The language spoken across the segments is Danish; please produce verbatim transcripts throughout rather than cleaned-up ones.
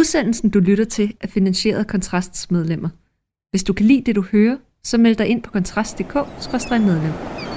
Udsendelsen, du lytter til, er finansieret af Kontrasts medlemmer. Hvis du kan lide det, du hører, så meld dig ind på kontrast punktum d k skråstreg medlem.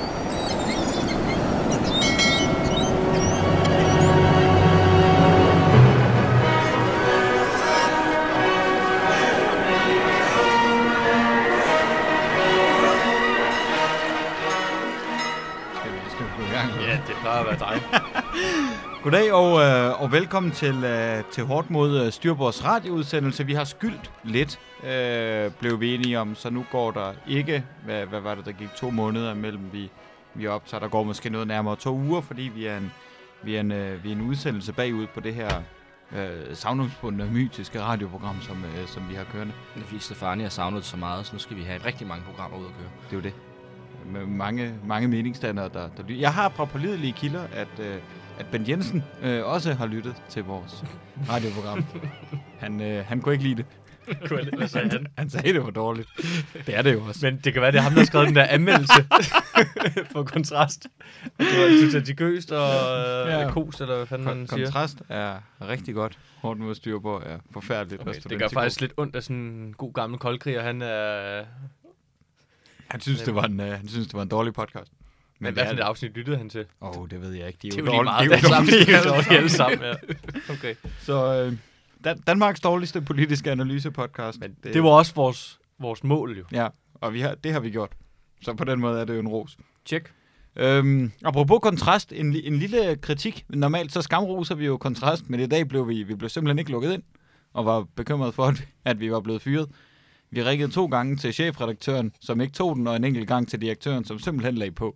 Ja, det plejer at være dig. Goddag og, øh, og velkommen til, øh, til Hårdt mod øh, Styrbords radioudsendelse. Vi har skyldt lidt, øh, blev vi enige om, så nu går der ikke, hvad, hvad var det, der gik to måneder mellem vi, vi optager. Der går måske noget nærmere to uger, fordi vi er en, vi er en, øh, vi er en udsendelse bagud på det her øh, savnomsbundne og mytiske radioprogram, som, øh, som vi har kørende. Det er fordi Stefanie har savnet så meget, så nu skal vi have rigtig mange programmer ud at køre. Det er jo det. Med mange, mange meningsdannere, der, der lytter. Jeg har fra pålidelige kilder, at, øh, at Ben Jensen øh, også har lyttet til vores radioprogram. Han, øh, han kunne ikke lide det. Hvad sagde han? Han sagde, det var dårligt. Det er det jo også. Men det kan være, det er ham, der har skrevet den der anmeldelse for Kontrast. Du er syntetiköst og øh, ja. Kos, eller hvad fanden Kon- man siger. Kontrast er rigtig godt. Hårdt mod Styrborg er forfærdeligt. Okay, det gør faktisk lidt ondt af sådan en god gammel koldkriger. Han er... Han synes, det var en, uh, han synes, det var en dårlig podcast. Men, Men hvad for et afsnit lyttede han til? Åh, oh, det ved jeg ikke. De er det er jo jo lige meget. Det er jo dårlige, dårlige alle sammen. Ja. Okay. Så øh, Dan- Danmarks dårligste politiske analyse-podcast. Men det, det var også vores, vores mål, jo. Ja, og vi har, det har vi gjort. Så på den måde er det jo en ros. Check. Øhm, apropos Kontrast, en, en lille kritik. Normalt så skamroser vi jo Kontrast, men i dag blev vi, vi blev simpelthen ikke lukket ind, og var bekymret for, at vi, at vi var blevet fyret. Vi ringede to gange til chefredaktøren, som ikke tog den, og en enkelt gang til direktøren, som simpelthen lagde på.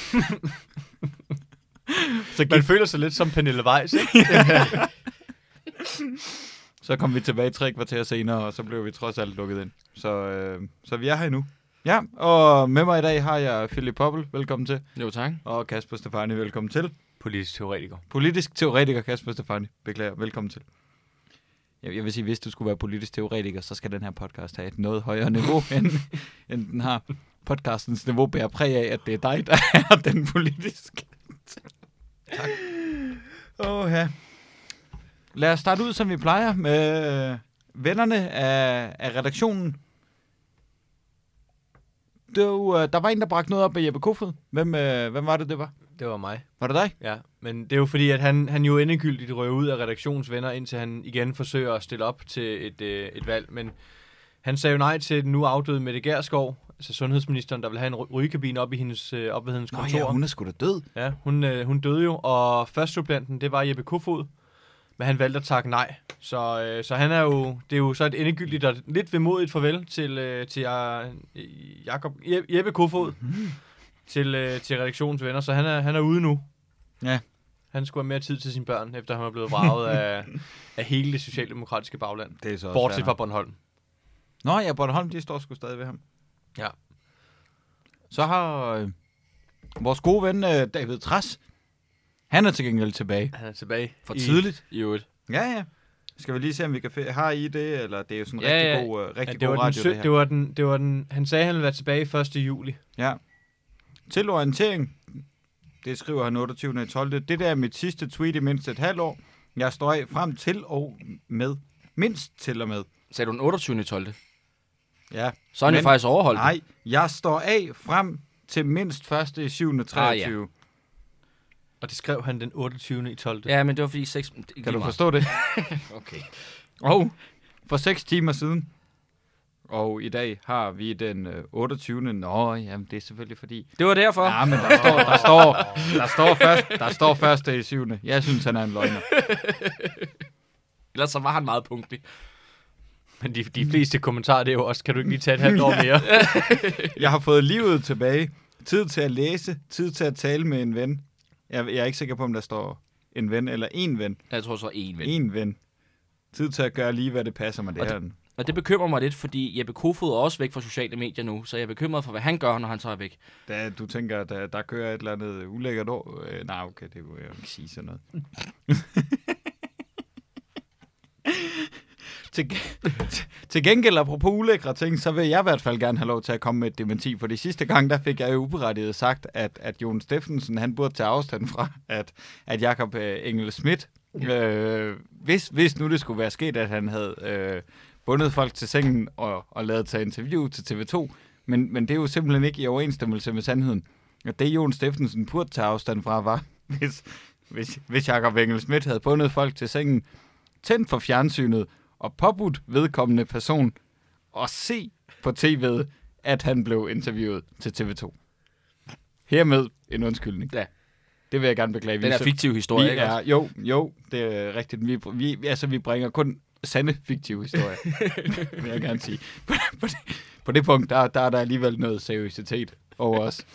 Så gik... Man føler sig lidt som Pernille Weiss, ikke? Så kom vi tilbage tre kvarter senere, og så blev vi trods alt lukket ind. Så, øh, så vi er her nu. Ja, og med mig i dag har jeg Philip Poppel, velkommen til. Jo, tak. Og Kasper Stefani, velkommen til. Politisk teoretiker. Politisk teoretiker Kasper Stefani, beklager, velkommen til. Jeg vil sige, hvis du skulle være politisk teoretiker, så skal den her podcast have et noget højere niveau, end, end den har. Podcastens niveau bærer præg af, at det er dig, der er den politiske. Tak. Åh, ja. Lad os starte ud, som vi plejer, med vennerne af, af redaktionen. Det, der var en, der bragte noget op af Jeppe Kofod. Hvem, hvem var det, det var? Det var mig. Var det dig? Ja, men det er jo fordi, at han, han jo endegyldigt rører ud af redaktionsvenner, indtil han igen forsøger at stille op til et, øh, et valg. Men han sagde jo nej til den nu afdøde Mette Gjerskov, altså sundhedsministeren, der vil have en rygekabine op, i hendes, øh, op ved hendes kontor. Nå ja, hun er sgu da død. Ja, hun, øh, hun døde jo, og førstesupplanten, det var Jeppe Kofod, men han valgte at takke nej. Så, øh, så han er jo, det er jo så et endegyldigt og lidt vemodigt farvel til, øh, til øh, Jakob, Jeppe Kofod. Mm-hmm. Til, øh, til redaktionsvenner, så han er, han er ude nu. Ja. Han skulle have mere tid til sine børn, efter han var blevet vraget af, af hele det socialdemokratiske bagland. Det er så bortset fra Bornholm. Nå ja, Bornholm, de står sgu stadig ved ham. Ja. Så har øh, vores gode ven øh, David Trads, han er til gengæld tilbage. Han er tilbage. For tidligt. I øvrigt. Ja, ja. Skal vi lige se, om vi kan finde... Har I det, eller det er jo sådan en ja, rigtig ja. god, uh, rigtig ja, god radio, sø- det her. Det var den, det var den, han sagde, at han ville være tilbage første juli. Ja. Til orientering, det skriver han otteogtyvende tolvte Det der er mit sidste tweet i mindst et halvt år. Jeg står af frem til og med. Mindst til og med. Sagde du den otteogtyvende tolvte Ja. Så er han jo faktisk overholdt. Nej, jeg står af frem til mindst første i syvende treogtyve Ah, ja. Og det skrev han den otteogtyvende tolvte Ja, men det var fordi seks... Kan du forstå det? Okay. Og for seks timer siden. Og i dag har vi den øh, otteogtyvende Nå, jamen det er selvfølgelig fordi... Det var derfor. Ja, men der står, der står, der står, først, der står første i syvende Jeg synes, han er en løgner. Ellers så var han meget punktlig. Men de, de fleste kommentarer, det er jo også, kan du ikke lige tage et halvt år mere? Jeg har fået livet tilbage. Tid til at læse. Tid til at tale med en ven. Jeg, jeg er ikke sikker på, om der står en ven eller en ven. Jeg tror så en ven. En ven. Tid til at gøre lige, hvad det passer mig. Det og, her. Det, og det bekymrer mig lidt, fordi Jeppe Kofod er også væk fra sociale medier nu, så jeg er bekymret for, hvad han gør, når han så er væk. Da du tænker, at der, der kører et eller andet ulækkert år. Øh, nej, okay, det vil jeg ikke sige sådan noget. til, til gengæld, apropos ulækre ting, så vil jeg i hvert fald gerne have lov til at komme med et dementi. For de sidste gang, der fik jeg jo uberettiget sagt, at, at Jon Steffensen, han burde tage afstand fra, at, at Jakob Engel Schmidt øh, hvis, hvis nu det skulle være sket, at han havde øh, bundet folk til sengen og, og lavet tage interview til T V to, men, men det er jo simpelthen ikke i overensstemmelse med sandheden. Og det Jon Steffensen burde tage afstand fra var, hvis, hvis, hvis Jakob Engel-Schmidt havde bundet folk til sengen, tændt for fjernsynet og påbudt vedkommende person og se på tv'et, at han blev interviewet til T V to. Hermed en undskyldning. Ja. Det vil jeg gerne beklage. Den er fiktiv historie, vi ikke? er, jo, jo, det er rigtigt. Vi, vi, altså, vi bringer kun sande fiktive historier, vil jeg gerne sige. På, på, det, på det punkt, der, der er der alligevel noget seriøsitet over os.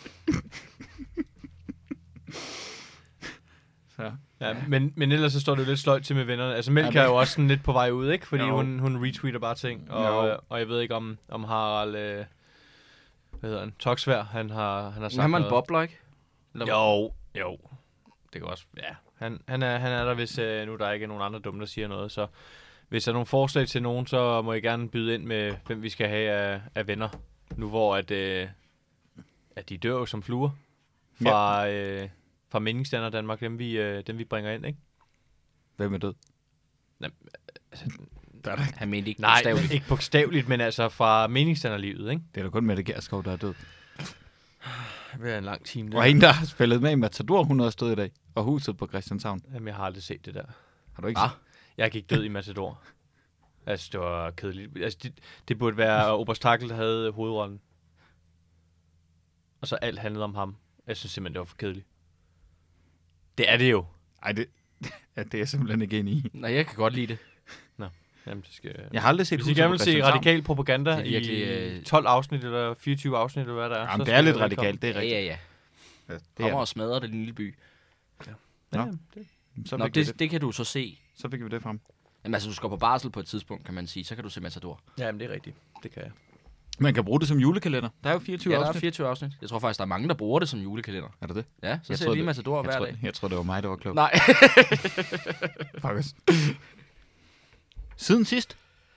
Så. Ja, men, men ellers så står det jo lidt sløjt til med vennerne. Altså Mælk er jo også sådan lidt på vej ud, ikke? Fordi hun, hun retweeter bare ting. Og, og jeg ved ikke om, om Harald, øh, hvad hedder han, Toksvær, han har, han har sagt Han er en noget. bobler, ikke? Eller Jo, jo. Det kan også, ja. Han, han, er, han er der, hvis øh, nu der ikke er nogen andre dumme, der siger noget. Så hvis der er nogle forslag til nogen, så må I gerne byde ind med, hvem vi skal have af, af venner. Nu hvor at, øh, at de dør jo som fluer fra, ja. øh, fra meningsstander Danmark, dem vi, øh, dem vi bringer ind, ikke? Hvem er død? Jamen, altså, Der er der. Han mente ikke nej, bogstaveligt. ikke bogstaveligt, men altså fra meningsstanderlivet, ikke? Det er da kun Mette Gjerskov, der er død. Det er en lang time. Og en, der har spillet med i Matador, hun har stået i dag. Og huset på Christianshavn. Jamen, jeg har aldrig set det der. Har du ikke Ah, jeg gik død i Matador. Altså, det var kedeligt. Altså, det, det burde være Oberst Takkel, der havde hovedrollen. Og så alt handlede om ham. Jeg synes simpelthen, det var for kedeligt. Det er det jo. Ej, det, ja, det er jeg simpelthen ikke enig i. Nej, jeg kan godt lide det. Jamen, det skal... Jeg har aldrig set Hvis I huset gerne på vil se Christianshavn. radikal propaganda Det er virkelig, i øh, tolv afsnit, eller fireogtyve afsnit, eller hvad der er. Jamen, så det skal er I lidt være velkommen. radikalt, det er Ja, rigtigt. ja, ja. Ja, det Kommer er og smadrer den lille by. Ja, Nå. jamen, det. så, Nå, fik vi det, det, det kan du så se. så fik vi det frem. Jamen altså, du skal på barsel på et tidspunkt, kan man sige. Så kan du se Matador. Ja, jamen, det er rigtigt. Det kan jeg. Man kan bruge det som julekalender. Der er jo fireogtyve Ja, der er afsnit. fireogtyve afsnit. Jeg tror faktisk, der er mange, der bruger det som julekalender. Er det det? Ja, så Jeg ser tror, jeg lige det- Matador Jeg hver tror, dag. jeg tror, det var mig, der var klog. Nej. Fuckers. Siden sidst,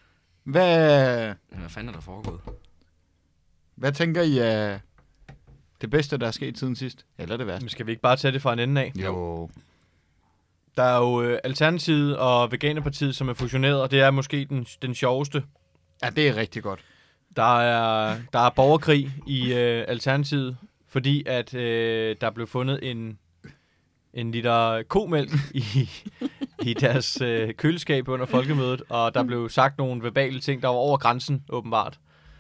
hvad, Hvad fanden er der foregået? hvad tænker I er det bedste, der er sket siden sidst? Eller det værste? Men skal vi ikke bare tage det fra en ende af? Jo. Der er jo øh, Alternativet og Veganerpartiet, som er fusioneret, og det er måske den, den sjoveste. Ja, det er rigtig godt. Der er, der er borgerkrig i øh, Alternativet, fordi at øh, der blev fundet en, en liter komælk i, i deres øh, køleskab under folkemødet, og der blev sagt nogle verbale ting, der var over grænsen, åbenbart.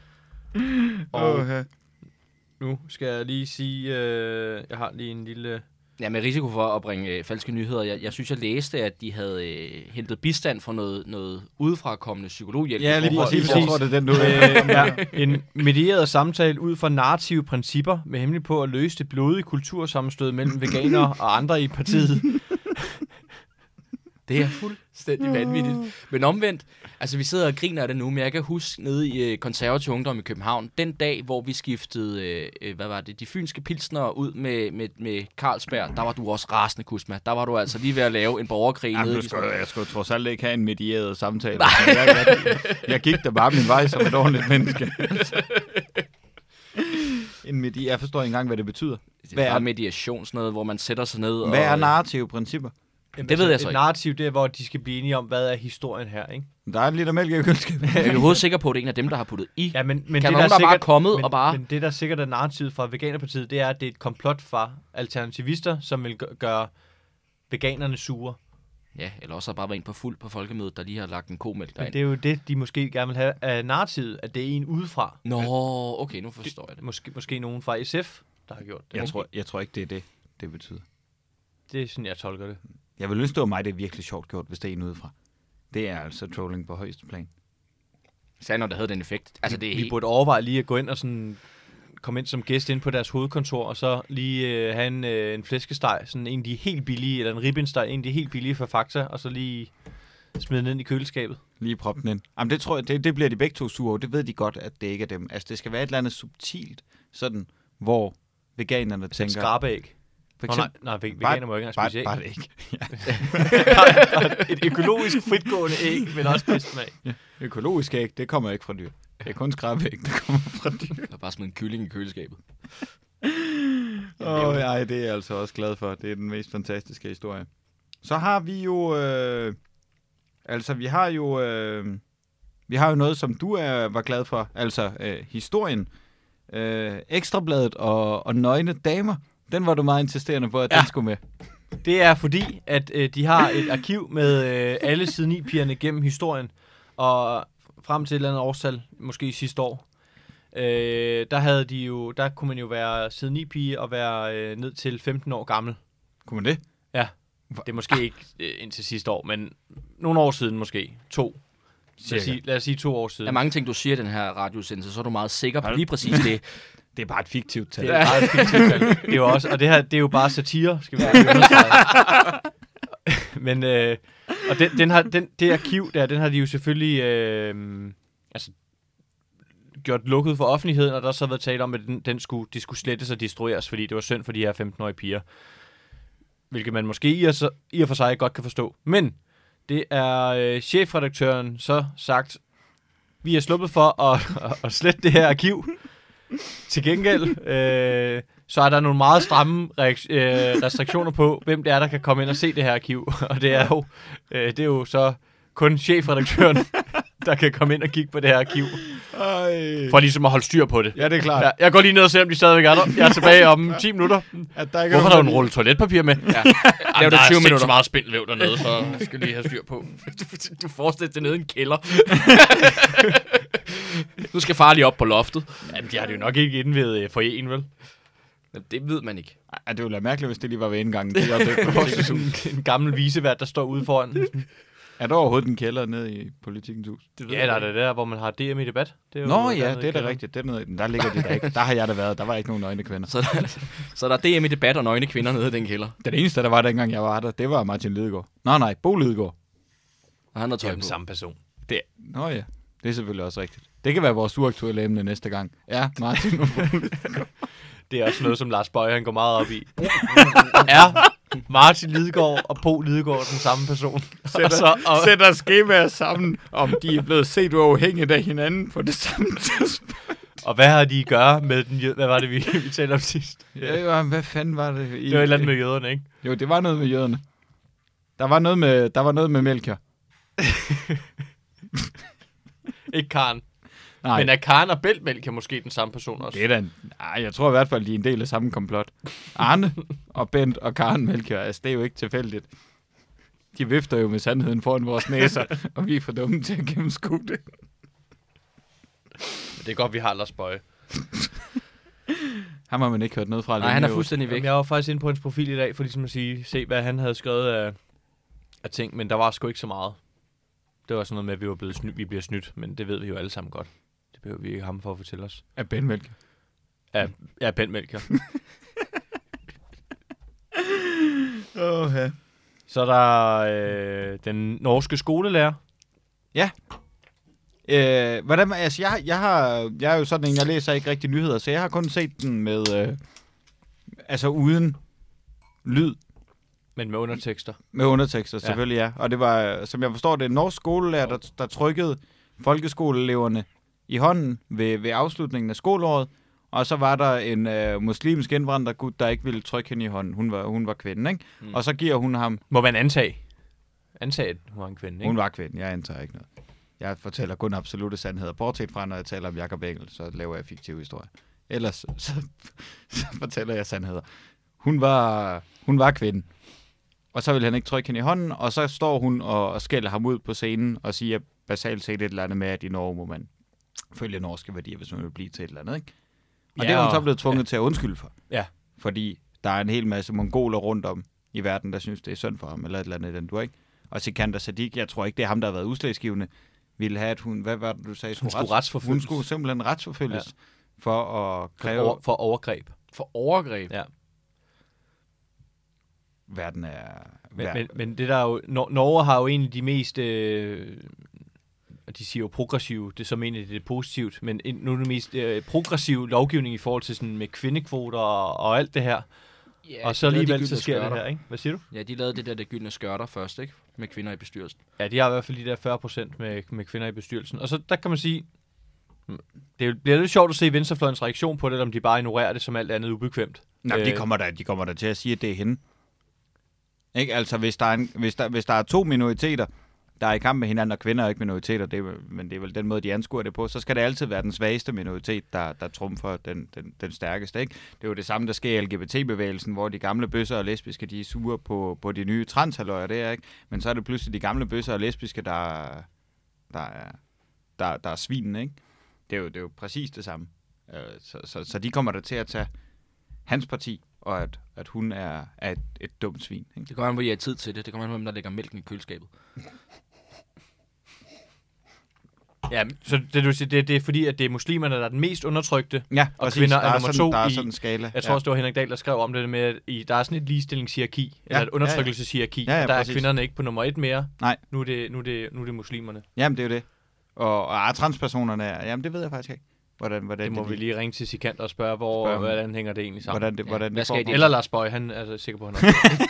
Og Okay. nu skal jeg lige sige, øh, jeg har lige en lille... Ja, med risiko for at bringe øh, falske nyheder. Jeg, jeg synes, jeg læste, at de havde øh, hentet bistand fra noget, noget udefrakommende psykologhjælp. Ja, lige Lige præcis. præcis. Jeg tror, det er den, du Øh, ja, en medieret samtale ud fra narrative principper med henblik på at løse det blodige kultursammenstød mellem veganere og andre i partiet. Det er fuldstændig vanvittigt. Men omvendt, altså vi sidder og griner af det nu, men jeg kan huske nede i øh, konservativ ungdom i København, den dag, hvor vi skiftede, øh, øh, hvad var det, de fynske pilsner ud med, med, med Carlsberg, der var du også rasende, Kusma. Der var du altså lige ved at lave en borgerkrig Jamen, nede du i skulle, jeg skulle trods alt ikke have en medieret samtale. Jeg, jeg, jeg gik da bare min vej som et ordentligt menneske. En medi- jeg forstår ikke engang, hvad det betyder. Det Hvad er er- bare mediation, sådan noget, hvor man sætter sig ned og... Hvad er narrative principper? Jamen, Det ved jeg så et ikke. narrativ, det er, hvor de skal blive enige om, hvad er historien her, ikke? Der er en liter mælk i køleskabet. Jeg er overhovedet sikker på, at det er en af dem, der har puttet i. Ja, men, men Kan det, der nogen, er der bare er sikkert, kommet men, og bare- Men det, der sikkert er narrativet fra Veganerpartiet, det er, at det er et komplot fra alternativister, som vil gø- gøre veganerne sure. Ja, eller også har bare været en på fuld på folkemødet, der lige har lagt en komælk Men derind. det er jo det, de måske gerne vil have af narrativet, at det er en udefra. Nå, okay, nu forstår jeg det. Måske, måske nogen fra S F, der har gjort det. Jeg ikke? tror, jeg tror ikke, det er det, det betyder. Det er sådan, jeg tolker det. Jeg vil ønske, det var mig, det er virkelig sjovt gjort, hvis det er en udefra. Det er altså trolling på højeste plan. Sagde når det havde den effekt. Altså, det er Vi helt... burde overveje lige at gå ind og sådan komme ind som gæst ind på deres hovedkontor, og så lige øh, have en, øh, en flæskesteg, sådan en af de helt billige, eller en ribbensteg, en af de helt billige fra Fakta, og så lige smide den ind i køleskabet. Lige proppe den ind. Jamen, det tror jeg, det, det bliver de begge to sure over. Det ved de godt, at det ikke er dem. Altså, det skal være et eller andet subtilt, sådan, hvor veganerne En tænker... skrabeæg. For Nå, nej, eksempel, nej, ve- veganer må ikke engang bare, spise æg. bare det ikke. Ja. Et økologisk fritgående æg, men også bedst smag. Økologisk æg, det kommer ikke fra dyr. Det er kun skrabeæg, der kommer fra dyr. Der bare smidt en kylling i køleskabet. Åh, oh, ja, det er jeg altså også glad for. Det er den mest fantastiske historie. så har vi jo... Øh, altså, vi har jo... Øh, vi har jo noget, som du er, var glad for. Altså, øh, historien. Øh, Ekstrabladet og, og nøgne damer. Den var du meget insisterende på, at ja. den skulle med. Det er fordi, at øh, de har et arkiv med øh, alle side ni-pigerne gennem historien. Og frem til et eller andet årstal, måske sidste år, øh, der, havde de jo, der kunne man jo være side ni-pige og være øh, ned til femten år gammel. Kunne man det? Ja, det er måske ikke øh, indtil sidste år, men nogle år siden måske. To. Lad os, sige, lad os sige to år siden. Der er mange ting, du siger i den her radiosendelse, så er du meget sikker på lige præcis det. Det er bare et fiktivt tal. Det er bare et fiktivt tal. Det er jo også, og det her, det er jo bare satire, skal vi understrege. Men, øh, og den, den har, den, det arkiv der, den har de jo selvfølgelig øh, altså, gjort lukket for offentligheden, og der har så været tale om, at den, den skulle, de skulle slettes og destrueres, fordi det var synd for de her femten-årige piger. Hvilket man måske i og, så, i og for sig godt kan forstå. Men det er øh, chefredaktøren så sagt, vi er sluppet for at, at, at slette det her arkiv. Til gengæld, øh, så er der nogle meget stramme reak- øh, restriktioner på, hvem det er, der kan komme ind og se det her arkiv. Og det er jo, øh, det er jo så kun chefredaktøren, der kan komme ind og kigge på det her arkiv. Ej. For ligesom at holde styr på det. Ja, det er klart. Ja, jeg går lige ned og ser, om de stadigvæk er der. Jeg er tilbage om ti minutter. At der ikke Hvorfor er har du en rulle toiletpapir med? Ja. Lav det tyve minutter. Så meget spindelvæv dernede, så jeg skal lige have styr på. Du forestiller dig nede i en kælder. Nu skal far lige op på loftet. Jamen, de har det jo nok ikke inde ved foyeren, vel? Det ved man ikke. Ej, det ville være mærkeligt, hvis det lige var ved indgangen. Det er, det er sådan en gammel visevært, der står ude foran. Er der overhovedet en kælder nede i Politikens Hus? Det ja, der er det der, hvor man har D M i debat. Det er jo Nå ja, det er da rigtigt. Det er noget, der ligger det der ikke. Der har jeg da været. Der var ikke nogen nøgne kvinder. Så der, så der er D M i debat og nøgne kvinder nede i den kælder. Den eneste, der var dengang jeg var der, det var Martin Lidegaard. Nå nej, Bo Lidegaard. Og han har tøj på. på. Samme person. Det, nå ja, det er selvfølgelig også rigtigt. Det kan være vores uaktuelle emne næste gang. Ja, Martin og Bo Lidegaard. Det er også noget, som Lars Bøje, han går meget op i. Er Martin Lidegaard og Bo Lidegaard den samme person? Sætter, og så, og... sætter skemaer sammen, om de er blevet set uafhængigt af hinanden på det samme tidspunkt. Og hvad har de at gøre med den jød? Hvad var det, vi, vi talte om sidst? Ja, ja, hvad fanden var det? I, det var et eller andet med jøderne, ikke? Jo, det var noget med jøderne. Der var noget med, der var noget med Melchior. Ikke Karen. Nej. Men er Karen og Belt Melchior måske den samme person også? Det er da en, nej, jeg tror i hvert fald, de er en del af samme komplot. Arne og Bent og Karen Melchior, altså det er jo ikke tilfældigt. De vifter jo med sandheden foran vores næser, og vi er for dumme til at gennemskue det. Det er godt, vi har Lars Bøje. Ham har man ikke hørt noget fra. Nej, han er fuldstændig væk. Jamen, jeg var faktisk inde på hans profil i dag, for ligesom at sige, se hvad han havde skrevet af, af ting, men der var sgu ikke så meget. Det var sådan noget med, at vi, var blevet sny- vi bliver snydt, men det ved vi jo alle sammen godt. Det behøver vi ikke ham for at fortælle os. Af Ben Melchior. Af, af Ben Melchior. Åh, ja. Så er der øh, den norske skolelærer. Ja. Øh, hvordan, altså, jeg, jeg, har, jeg er jo sådan en, jeg læser ikke rigtig nyheder, så jeg har kun set den med, øh, altså uden lyd. Men med undertekster. Med undertekster, selvfølgelig, ja. ja. Og det var, som jeg forstår det, en norsk skolelærer, der, der trykkede folkeskoleeleverne i hånden ved, ved afslutningen af skoleåret. Og så var der en øh, muslimsk indvandrergud, der ikke ville trykke hende i hånden. Hun var, hun var kvinde, ikke? Mm. Og så giver hun ham... Må man antage? Antage, at hun var en kvinde, ikke? Hun var kvinde, jeg antager ikke noget. Jeg fortæller kun absolutte sandheder. Bortset fra, når jeg taler om Jakob Engel, så laver jeg fiktive historier. Ellers så, så, så fortæller jeg sandheder. Hun var, hun var kvinde. Og så vil han ikke trykke hende i hånden, og så står hun og, og skælder ham ud på scenen og siger basalt set et eller andet med, at i Norge må man følge norske værdier, hvis man vil blive til et eller andet, ikke? Og ja, det er hun så blevet tvunget ja. til at undskylde for. Ja. Fordi der er en hel masse mongoler rundt om i verden, der synes, det er synd for ham, eller et eller andet den du, ikke? Og Sikander Sadiq, jeg tror ikke, det er ham, der har været udslagsgivende, ville have, at hun, hvad var det, du sagde? Hun skulle retsforfølges. Hun skulle simpelthen retsforfølges ja. for at kræve... For, over, for overgreb. For overgreb? Ja. Verden er... Men, men, men det der jo... Nor- Norge har jo egentlig de mest... Øh, de siger jo progressive, det er som egentlig det er positivt, men nu er det mest øh, progressive lovgivning i forhold til sådan med kvindekvoter og, og alt det her. Ja, og så alligevel så sker det her, ikke? Hvad siger du? Ja, de lavede det der det gyldne skørter først, ikke? Med kvinder i bestyrelsen. Ja, de har i hvert fald de der fyrre procent med, med kvinder i bestyrelsen. Og så der kan man sige, det bliver lidt sjovt at se venstrefløjens reaktion på det, eller om de bare ignorerer det som alt andet ubekvemt. Nej, øh, de kommer der, de kommer der til at sige, at det er hende. Ikke? Altså, hvis der, er en, hvis, der, hvis der er to minoriteter, der er i kamp med hinanden, og kvinder er ikke minoriteter, det er, men det er vel den måde, de anskuer det på, så skal det altid være den svageste minoritet, der, der trumfer den, den, den stærkeste. Ikke? Det er jo det samme, der sker i L G B T-bevægelsen, hvor de gamle bøsser og lesbiske, de er sure på, på de nye transhaløjer, det er ikke. Men så er det pludselig de gamle bøsser og lesbiske, der, der, er, der, der er svinen, ikke? Det er jo, det er jo præcis det samme. Så, så, så de kommer der til at tage hans parti, og at, at hun er, er et, et dumt svin. Ikke? Det kommer an på, at I har tid til det. Det kommer an på, hvem der lægger mælken i køleskabet. Ja, så det, du siger, det, det er fordi, at det er muslimerne, der er den mest undertrykte, Ja, og præcis. kvinder Der er er nummer sådan, to der er i- sådan en skala. Jeg tror også, det var Henrik Dahl, der skrev om det med, at i, der er sådan et ligestillingshierarki, Ja, eller et undertrykkelseshierarki, ja, ja, og der er præcis. kvinderne ikke på nummer et mere. Nej. Nu er det, nu er det, nu er det muslimerne. Jamen, det er jo det. Og, og ah, transpersonerne er, jamen det ved jeg faktisk ikke. Hvordan, hvordan Det må de, vi lige ringe til Sikant og spørge, hvor, Spørge ham. hvordan hænger det egentlig sammen. Hvordan det, Ja. hvordan Hvad det skal foregår. de- Eller Lars Bøje, han er altså sikker på, at han også.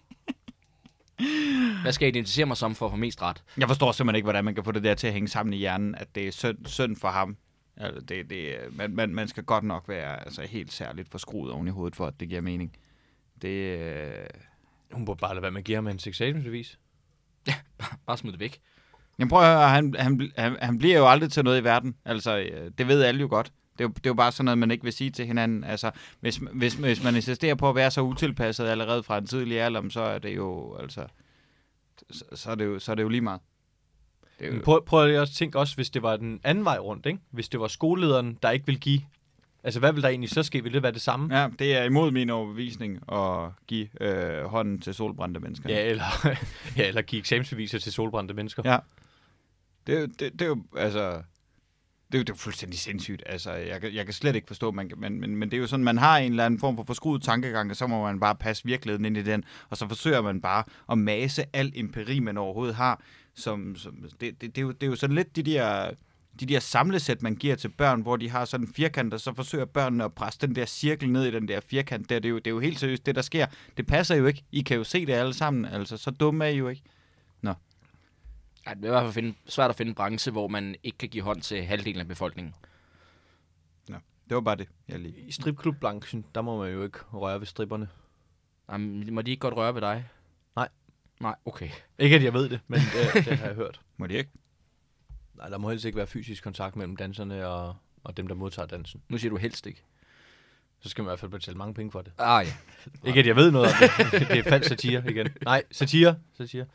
Hvad skal jeg identificere mig som for at få mest ret? Jeg forstår simpelthen ikke, hvordan man kan få det der til at hænge sammen i hjernen, at det er synd, synd for ham. Altså, det, det, man, man, man skal godt nok være altså, helt særligt forskruet oven i hovedet, for at det giver mening. Det, øh... Hun burde bare lade være med at give ham en seksualbevis. Bare smid det væk. Jamen prøv at høre, han, han, han, han bliver jo aldrig til noget i verden. Altså, øh, det ved alle jo godt. Det er jo, det er jo bare sådan noget, man ikke vil sige til hinanden. Altså, hvis, hvis, hvis man insisterer på at være så utilpasset allerede fra en tidlig alder, så er det jo, altså, så, så, er, det jo, så er det jo lige meget. Det er jo, Men prøv, prøv at tænke også, hvis det var den anden vej rundt, ikke? Hvis det var skolelederen, der ikke vil give. Altså, hvad vil der egentlig så ske? Vil det være det samme? ja, det er imod min overbevisning at give øh, hånden til solbrændte mennesker. Ja, eller, ja, eller give eksamensbeviser til solbrændte mennesker. Ja. Det, er jo- det, det er jo, altså... Det er jo, det er jo fuldstændig sindssygt. Altså, jeg, kan- jeg kan slet ikke forstå, man, kan- men, men, men det er jo sådan, man har en eller anden form for forskruet tankegang, og så må man bare passe virkeligheden ind i den, og så forsøger man bare at mase al empiri, man overhovedet har. Som, som, det, det, det, er jo, det er jo sådan lidt de der, de der samlesæt, man giver til børn, hvor de har sådan en firkant, og så forsøger børnene at presse den der cirkel ned i den der firkant der. Det er jo, det er jo helt seriøst, det der sker. Det passer jo ikke. I kan jo se det alle sammen. Altså, så dumme er I jo ikke. Ej, det er i hvert fald finde, svært at finde en branche, hvor man ikke kan give hånd til halvdelen af befolkningen. Det var bare det, jeg lige... I stripklubbranchen, der må man jo ikke røre ved stripperne. Jamen, må de ikke godt røre ved dig? Nej. Nej, okay. Ikke at jeg ved det, men det, det har jeg hørt. Må de ikke? Nej, der må helst ikke være fysisk kontakt mellem danserne og, og dem, der modtager dansen. Nu siger du helst ikke. Så skal man i hvert fald betale mange penge for det. Ah ja. Ikke at jeg ved noget om det. Det er falsk satire igen. Nej, satire. Satire.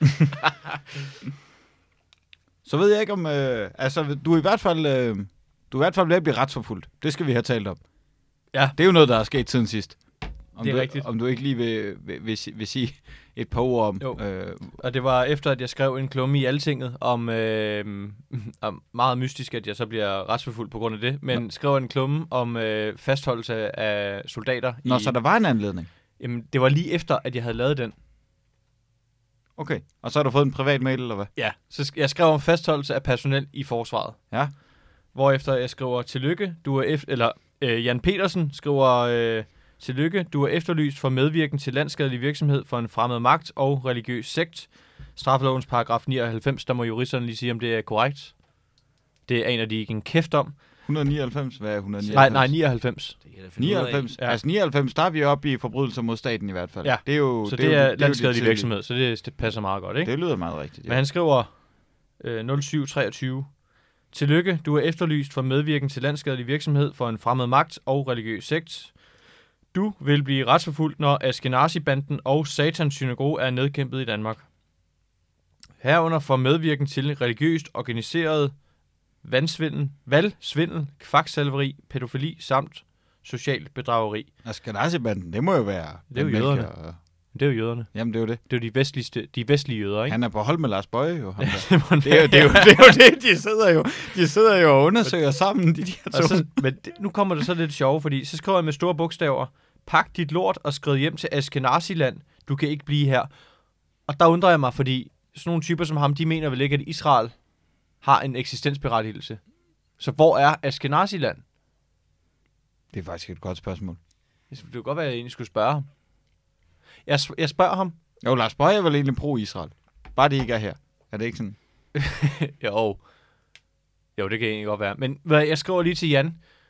Så ved jeg ikke om... Øh, altså, du er i hvert fald... Øh, du er i hvert fald ved at blive retsforfulgt. Det skal vi have talt om. Ja. Det er jo noget, der er sket siden sidst. Om Det er du, rigtigt. Om du ikke lige vil, vil, vil, vil sige et par ord om... Jo. Øh, Og det var efter, at jeg skrev en klumme i Altinget om, øh, om meget mystisk, at jeg så bliver retsforfulgt på grund af det, men skrev en klumme om øh, fastholdelse af soldater. Nå, i, så der var en anledning. Jamen, det var lige efter, at jeg havde lavet den. Okay. Og så har du fået en privat mail, eller hvad? Ja, så sk- jeg skrev om fastholdelse af personel i forsvaret. Ja. Hvorefter jeg skriver, tillykke, du er efter, eller øh, Jan Petersen skriver, øh, tillykke, du er efterlyst for medvirken til landsskadelig virksomhed for en fremmed magt og religiøs sekt. Straffelovens paragraf nioghalvfems, der må juristerne lige sige, om det er korrekt. Det aner de ikke en kæft om. et hundrede nioghalvfems? Hvad er et hundrede nioghalvfems? Nej, nej, nioghalvfems. Det kan jeg da finde ud af. nioghalvfems? Ja. Altså nioghalvfems, der er vi oppe i forbrydelser mod staten i hvert fald. Ja. Det er jo, Så det det, er, er, jo, er landsskadelig tidlige. virksomhed, så det, det passer meget godt, ikke? Det lyder meget rigtigt, Men ja. han skriver øh, nul syv treogtyve. Tillykke, du er efterlyst for medvirken til landskadelig virksomhed for en fremmed magt og religiøs sekt. Du vil blive retsforfulgt, når Ashkenazi-banden og Satans synagoge er nedkæmpet i Danmark. Herunder for medvirken til religiøst organiseret vandsvindel, valgsvindel, kvaksalveri, pædofili samt socialt bedrageri. Ashkenazi-banden, det må jo være... Det er jo Mælke jøderne. Og... Det er jo jøderne. Jamen, det er jo det. Det er jo de vestlige, de vestlige jøder, ikke? Han er på hold med Lars Bøje, jo. Ham der. det, må Det er, jo, det, er jo, det er jo det, de sidder jo, de sidder jo og undersøger sammen, de der Og to. så, men det, nu kommer det så lidt sjovt, fordi så skriver jeg med store bogstaver, pak dit lort og skrid hjem til Ashkenazi-land. Du kan ikke blive her. Og der undrer jeg mig, fordi sådan nogle typer som ham, de mener vel ikke, at Israel har en eksistensberettigelse. Så hvor er Ashkenazi-land? Det er faktisk et godt spørgsmål. Det kunne godt være, at jeg egentlig skulle spørge ham. Jeg, jeg spørger ham. Jo, Lars Bøje er vel egentlig pro-Israel. Bare det ikke er her. Er det ikke sådan? jo. Jo, det kan egentlig godt være. Men hvad, jeg skriver lige til Jan,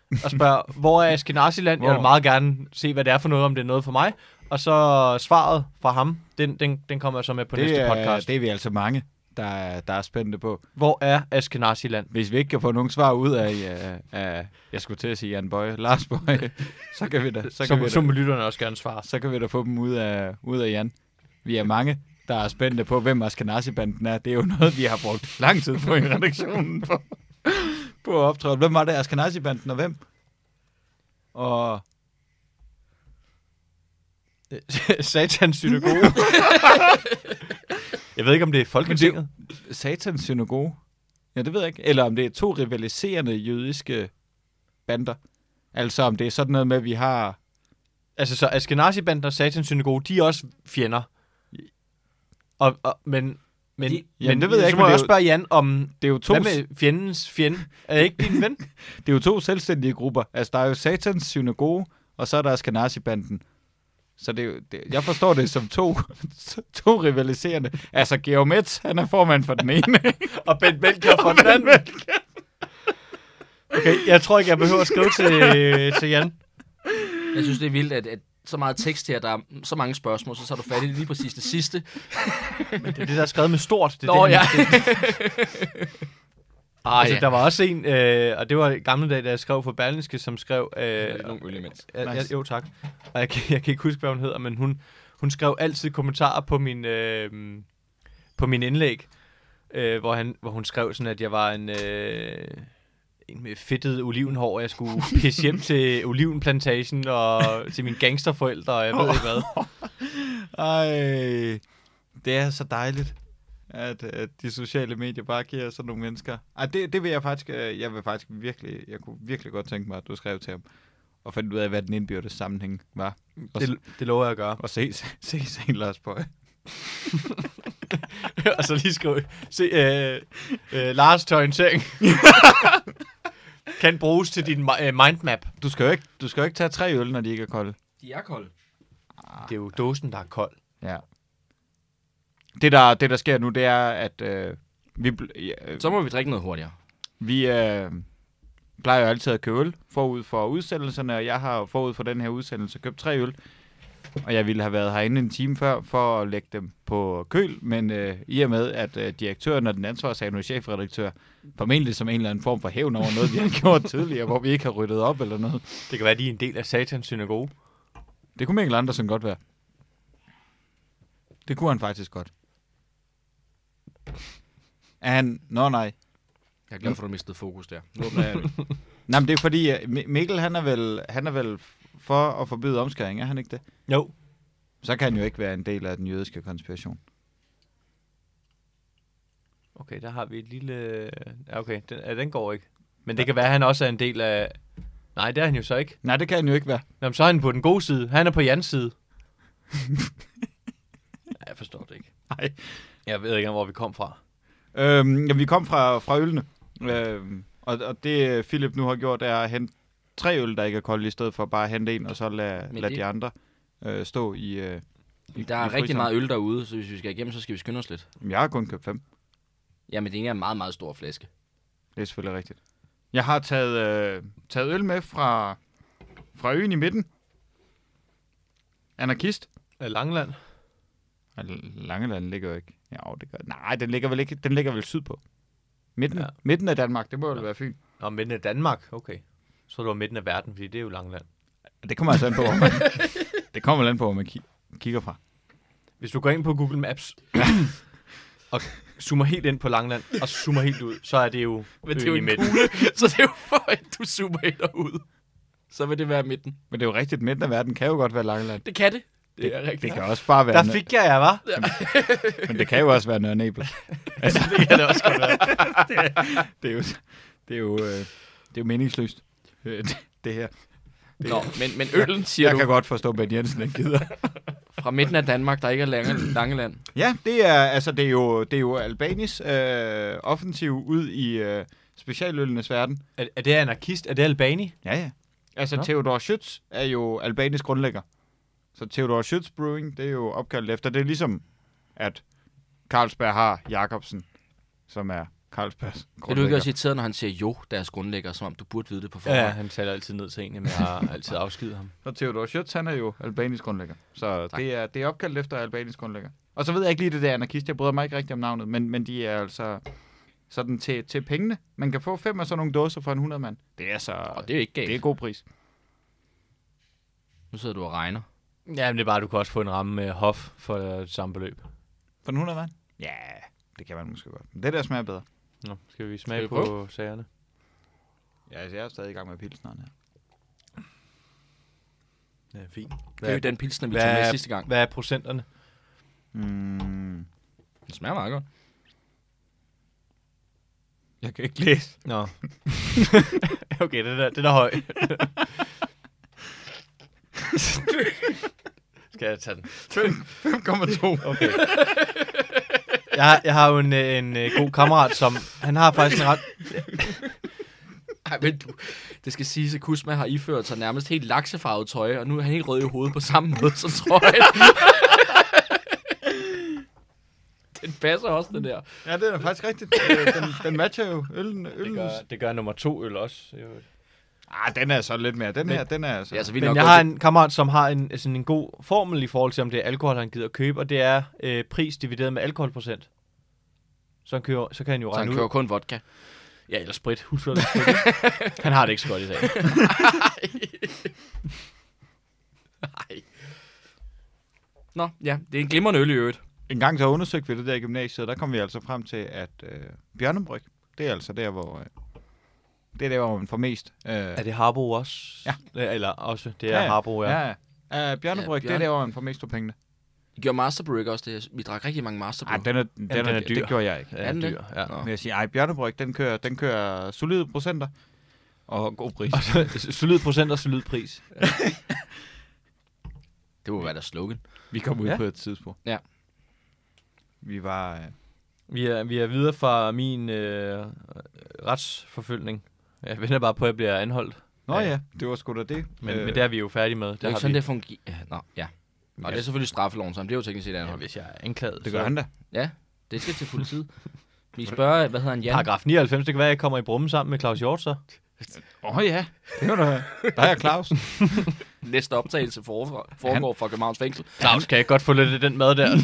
og spørger, hvor er Ashkenazi-land? Jeg vil meget gerne se, hvad det er for noget, om det er noget for mig. Og så svaret fra ham, den, den, den kommer så med på det næste er, podcast. Det er vi altså mange, der er, der er spændte på. Hvor er Ashkenazi-land? Hvis vi ikke kan få nogen svar ud af, af, af jeg skulle til at sige Jan Bøje, Lars Bøje, så kan vi da, så, Så, kan vi så da, må lytterne også gerne svare. så kan vi da få dem ud af, ud af Jan. Vi er mange, der er spændte på, hvem Ashkenazi-banden er. Det er jo noget, vi har brugt lang tid på i redaktionen på, på at optræde. Hvem var det, Ashkenazi-banden, og hvem? Og... Satans synagoge. Jeg ved ikke, om det er Folketinget. Satans synagoge? Ja, det ved jeg ikke. Eller om det er to rivaliserende jødiske bander. Altså om det er sådan noget med, at vi har... Altså, så Ashkenazi-banden og Satans synagoge, de er også fjender. Og, og, men... Men, De- Jamen, men det ved jeg så ikke, må men jeg det også er jo- spørge Jan om... Det er jo to, Hvad med fjendens fjende? Er jeg ikke din ven? det er jo to selvstændige grupper. Altså, der er jo Satans synagoge, og så er der Ashkenazi-banden. Så det er jo, det, jeg forstår det som to, to rivaliserende. Altså, Georg Metz, han er formand for den ene. Og Bent Melchior for den anden. Okay, jeg tror ikke, jeg behøver at skrive til, til Jan. Jeg synes, det er vildt, at, at så meget tekst her, der er så mange spørgsmål, så tager du fat i lige præcis det sidste. Men det er det, der er skrevet med stort. Det er Nå, det, ja. Ah, altså, ja. der var også en, øh, og det var i gamle dage, da jeg skrev for Berlingske, som skrev... Øh, Det er nogle øl imens. ja, ja, Nice. jo, tak. Og jeg, kan- jeg kan ikke huske, hvad hun hedder, men hun, hun skrev altid kommentarer på min, øh, på min indlæg, øh, hvor, han, hvor hun skrev sådan, at jeg var en... Øh, en med fedtet olivenhår, og jeg skulle pisse hjem til olivenplantagen og til mine gangsterforældre, og jeg ved ikke hvad. Ej, det er så dejligt, at, at de sociale medier bare giver sådan nogle mennesker. Ej, det, det vil jeg faktisk, øh, jeg vil faktisk virkelig, jeg kunne virkelig godt tænke mig, at du skrev til ham, og fandt ud af, hvad den indbyrdes sammenhæng var. Og, Det, det lover jeg at gøre. og se, se, se, se Lars Bøje. Og så lige skrive, se, øh, øh, Lars til orientering. Kan bruges til din mi- øh, mindmap. Du skal jo ikke, du skal jo ikke tage tre øl, når de ikke er kolde. De er kolde. Det er jo dåsen, der er kold. Ja. Det der, det der sker nu, det er, at øh, vi, bl- ja, øh, Så må vi drikke noget hurtigere. vi øh, plejer jo altid at købe øl forud for udsendelserne, og jeg har forud for den her udsendelse købt tre øl. Og jeg ville have været herinde en time før for at lægge dem på køl, men øh, i og med, at øh, direktøren og den ansvarshavende chefredaktør, formentlig som en eller anden form for hævn over noget, vi har gjort tidligere, hvor vi ikke har ryddet op eller noget. Det kan være, de er en del af Satans synagoge. Det kunne Mikkel Andersen godt være. Det kunne han faktisk godt. Er han... Nå nej. Jeg er glad for, at du mistede fokus der. Nu åbner jeg det. Nej, men det er fordi, uh, Mikkel han er, vel, han er vel for at forbyde omskæring, er han ikke det? Jo. Så kan han jo ikke være en del af den jødiske konspiration. Okay, der har vi et lille... Ja, okay, den, ja, den går ikke. Men det kan være, at han også er en del af... Nej, det er han jo så ikke. Nej, det kan han jo ikke være. Nå, men så er han på den gode side. Han er på Jans side. Ja, jeg forstår det ikke. Nej. Jeg ved ikke, hvor vi kom fra. Øhm, ja, vi kom fra, fra ølene. Øhm, og, og det Philip nu har gjort, er at hente tre øl, der ikke er kolde, i stedet for bare at hente en, og så lade, Men lade det- de andre øh, stå i, øh, i Der er i rigtig fryseren. meget øl derude, så hvis vi skal igennem, så skal vi skynde os lidt. Jeg har kun købt fem. Jamen, det ene er en meget, meget stor flaske. Det er selvfølgelig rigtigt. Jeg har taget, øh, taget øl med fra, fra øen i midten. Anarkist. Øh, Langeland. Og Langeland ligger jo ikke. Ja, det gør. Nej, den ligger vel ikke. Den ligger vel sydpå. Midten, ja. Ja. midten af Danmark, det må jo Ja. være Fyn. Nå, midten af Danmark. Okay. Så det var midten af verden, fordi det er jo Langeland. Det kommer altså an på, hvor man, det kommer an på, hvor man ki- kigger fra. Hvis du går ind på Google Maps og zoomer helt ind på Langeland og zoomer helt ud, så er det jo Men det er jo øen i en midten. kugle, så det er jo for, at du zoomer helt ud. Så vil det være midten. Men det er jo rigtigt, midten af verden kan jo godt være Langeland. Det kan det. Det, Det, er rigtigt. det kan også bare være... Der fik jeg jer, hva'? Nø- men det kan jo også være Nørre Nebel. Altså, Det kan det også godt være. det er jo, det er jo, øh, det er jo meningsløst, øh, det, det her. Det, Nå, men, men øllen, siger jeg du, kan godt forstå, at Ben Jensen ikke gider. fra midten af Danmark, der ikke er lange, Langeland. Ja, det er, altså, det er jo, det er jo Albanis øh, offensiv ud i øh, specialøllenes verden. Er, er det anarkist? Er det Albani? Ja, ja. Altså, Nå. Theodor Schütz er jo Albanis grundlægger. Så Theodor Schütz Brewing, det er jo opkaldt efter. Det er ligesom, at Carlsberg har Jacobsen, som er Carlsbergs Er du ikke også irriteret, når han siger jo, deres grundlægger, som om du burde vide det på forhånd? Ja, han taler altid ned til en, men jeg har altid afskidet ham. Og Theodor Schütz, han er jo Albanis grundlægger. Så Tak. det er, det er opkaldt efter Albanis grundlægger. Og så ved jeg ikke lige det der anarkist. Jeg bryder mig ikke rigtig om navnet, men, men de er altså sådan til, til pengene. Man kan få fem af sådan nogle dåser for en hundrede mand. Det er så... Og det er ikke galt. Det er god pris. Nu sidder du og regner. Ja, men det er bare, du kan også få en ramme med hof for øh, samme beløb. For en hundrede mand? Ja, det kan man måske godt. Men det der smager bedre. Nå, skal vi smage Skal vi på sagerne? Ja, altså, jeg er stadig i gang med pilsneren her. Ja, fint. Det er jo den pilsner, vi hvad tog med er- sidste gang. Hvad er procenterne? Mm, Det smager meget godt. jeg kan ikke læse. Nå. Okay, den er, den er høj. Skal jeg tage den? fem komma to. Okay. Jeg har, jeg har jo en, øh, en, en god kammerat, som... Han har faktisk en ret... Ej, men du, det skal siges, at Kusma har iført sig nærmest helt laksefarvet tøj, og nu er han helt rød i hovedet på samme måde som trøjen. Den passer også, den der. Ja, det er faktisk rigtigt. Øh, Den, den matcher jo øllen. Det øllen. gør, det gør nummer to øl også. Jo. Ah, den er så lidt mere. Den Men- her, den er altså... Ja, altså, vi er Men nok jeg gået har til- en kammerat, som har en, sådan en god formel i forhold til, om det er alkohol, han gider at købe, og det er øh, pris divideret med alkoholprocent. Så, han køber, så kan han jo Så han regne kører ud. kun vodka. Ja, eller sprit. Husk hvad det er sprit. Han har det ikke så godt i dag. Nej. Nå, ja, det er en glimrende øl i øvrigt. En gang så undersøgte vi det der i gymnasiet, der kom vi altså frem til, at øh, Bjørnebryg, det er altså der, hvor... Øh, det er der, hvor man får mest. Øh, Er det Harbo også? Ja. Eller også, det er Harbo, ja. ja. ja. Uh, Bjørnebryg, Ja, det er Bjørn- der, hvor man får mest for pengene. Vi gjorde Masterbrew ikke også det? Vi drak rigtig mange Masterbrew. Ej, den er, den, den er, er dyr. Det gjorde jeg ikke. Ja, Er den det? dyr, ja. Nå. Men jeg siger, ej, Bjørnebryg, den kører, den kører solide procenter og god pris. Og så solid procent og solid pris. Det må være der slogan. Vi kom ud Ja. på et tidspunkt. Ja. Vi var... Øh, Vi er, vi er videre fra min øh, retsforfølgning. Jeg venter bare på, at jeg bliver anholdt. Nå Ja. ja, det var sgu da det. Men, øh, men det er vi jo færdige med. Det er jo har ikke sådan, vi. det fungerer. Ja, nå, ja. Og det er selvfølgelig straffeloven, så det er jo teknisk set Ja, anholdt. hvis jeg er anklaget. det gør så- han da. Ja, det skal til politiet. Vi spørger, hvad hedder han, Jan? Paragraf nioghalvfems, det kan være, at jeg kommer i brummen sammen med Claus Hjort, så. Åh oh, ja, det var da... Der er Clausen. Næste optagelse foregår, foregår fra Københavns Fængsel. Claus, kan jeg godt få lidt af den mad der?